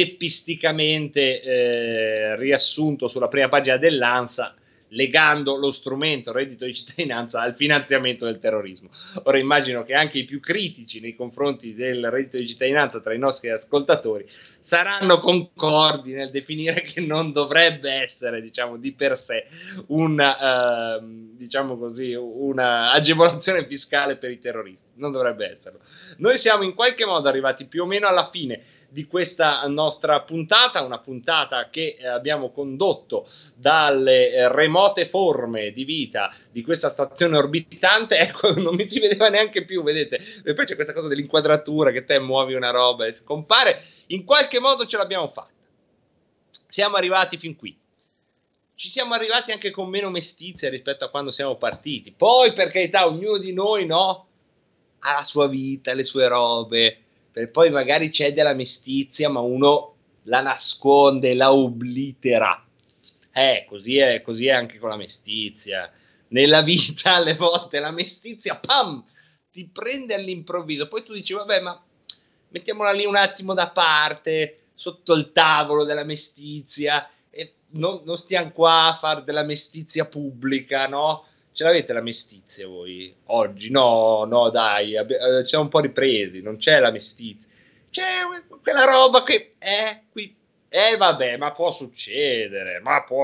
teppisticamente riassunto sulla prima pagina dell'ANSA, legando lo strumento reddito di cittadinanza al finanziamento del terrorismo. Ora immagino che anche i più critici nei confronti del reddito di cittadinanza tra i nostri ascoltatori saranno concordi nel definire che non dovrebbe essere, diciamo, di per sé una, diciamo così, una agevolazione fiscale per i terroristi. Non dovrebbe esserlo. Noi siamo in qualche modo arrivati più o meno alla fine di questa nostra puntata, una puntata che abbiamo condotto dalle remote forme di vita di questa stazione orbitante. Ecco, non mi si vedeva neanche più, vedete, e poi c'è questa cosa dell'inquadratura che te muovi una roba e scompare. In qualche modo ce l'abbiamo fatta, siamo arrivati fin qui. Ci siamo arrivati anche con meno mestizia rispetto a quando siamo partiti. Poi, per carità, ognuno di noi, no, ha la sua vita, le sue robe, per poi magari c'è della mestizia, ma uno la nasconde, la oblitera. Così è anche con la mestizia. Nella vita alle volte la mestizia, pam, ti prende all'improvviso. Poi tu dici, vabbè, ma mettiamola lì un attimo da parte, sotto il tavolo della mestizia, e non stiamo qua a fare della mestizia pubblica, no? Ce l'avete la mestizia voi oggi? No, dai, ci siamo un po' ripresi, non c'è la mestizia. C'è quella roba che è qui. Vabbè, ma può succedere.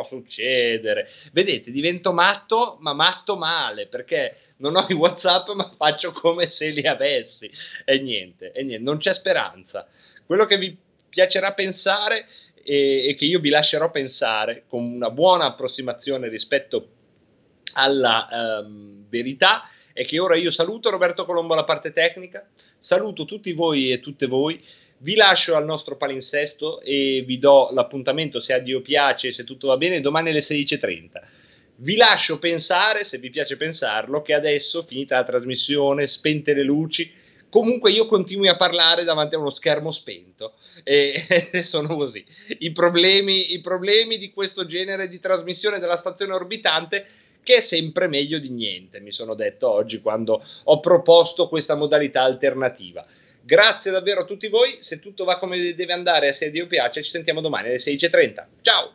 Vedete, divento matto, ma matto male, perché non ho i WhatsApp, ma faccio come se li avessi. E niente, non c'è speranza. Quello che vi piacerà pensare e che io vi lascerò pensare con una buona approssimazione rispetto alla verità è che ora io saluto Roberto Colombo alla parte tecnica, saluto tutti voi e tutte voi, vi lascio al nostro palinsesto e vi do l'appuntamento, se a Dio piace, se tutto va bene, domani alle 16:30. Vi lascio pensare, se vi piace pensarlo, che adesso, finita la trasmissione, spente le luci, comunque io continui a parlare davanti a uno schermo spento e sono così. I problemi di questo genere di trasmissione della stazione orbitante, che è sempre meglio di niente, mi sono detto oggi quando ho proposto questa modalità alternativa. Grazie davvero a tutti voi, se tutto va come deve andare, se Dio piace, ci sentiamo domani alle 16:30. Ciao!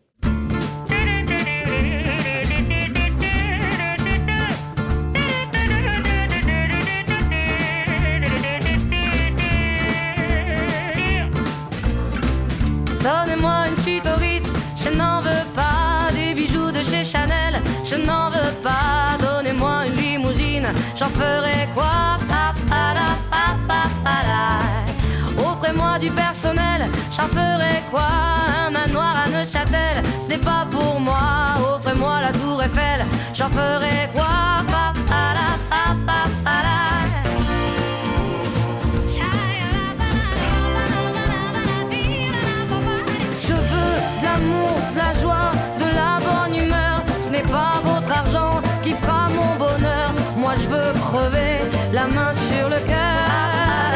Donnez-moi une suite au Ritz, je n'en veux pas. Des bijoux de chez Chanel, je n'en veux pas. Donnez-moi une limousine, j'en ferai quoi? Offrez-moi du personnel, j'en ferai quoi? Un manoir à Neuchâtel, ce n'est pas pour moi. Offrez-moi la tour Eiffel, j'en ferai quoi? Je veux de l'amour, de la joie, de la bonne humeur. Ce n'est pas votre argent qui fera mon bonheur. Moi je veux crever, la main sur le cœur.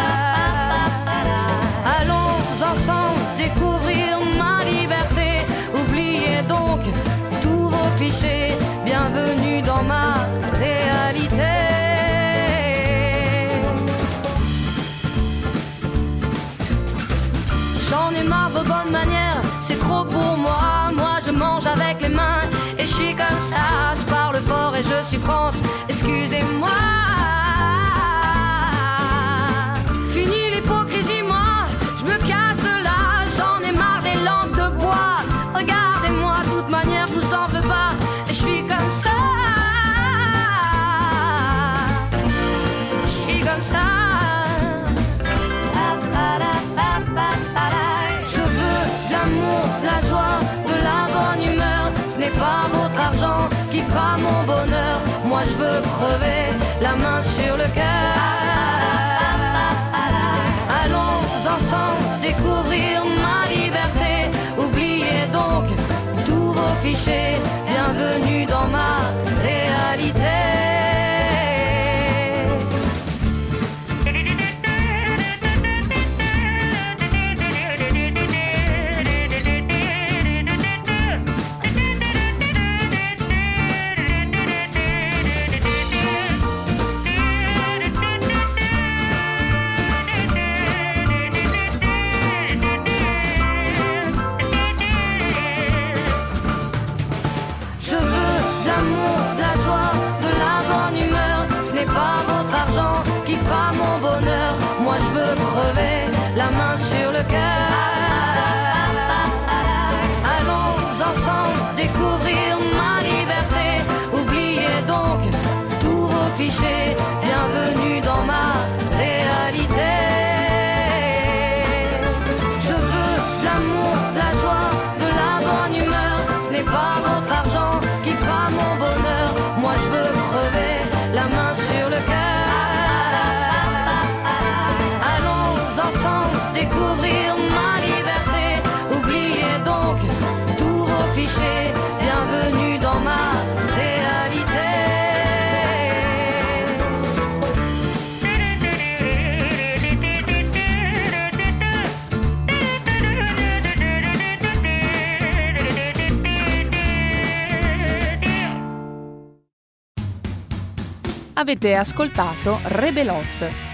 Allons ensemble découvrir ma liberté. Oubliez donc tous vos clichés. Bienvenue dans ma réalité. J'en ai marre de vos bonnes manières, c'est trop pour moi. Moi je mange avec les mains et je suis comme ça. Je parle fort et je suis France, excusez-moi. Fini l'hypocrisie, moi, je me casse de là. J'en ai marre des lampes de bois. Regardez-moi, de toute manière je vous en veux pas. Et je suis comme ça. Je suis comme ça. De la joie, de la bonne humeur. Ce n'est pas votre argent qui fera mon bonheur. Moi je veux crever, la main sur le cœur. Allons ensemble découvrir ma liberté. Oubliez donc tous vos clichés. Bienvenue dans ma réalité. Pas votre argent qui fera mon bonheur. Moi je veux crever, la main sur le cœur. Allons ensemble découvrir ma liberté. Oubliez donc tous vos clichés. Bienvenue dans ma réalité. Je veux de l'amour, de la joie, de la bonne humeur. Ce n'est pas votre argent qui fera mon bonheur. Moi je veux crever, la main sur le cœur. Allons ensemble découvrir ma liberté. Oubliez donc tous vos clichés. Bienvenue dans ma réalité. Avete ascoltato Rebelot,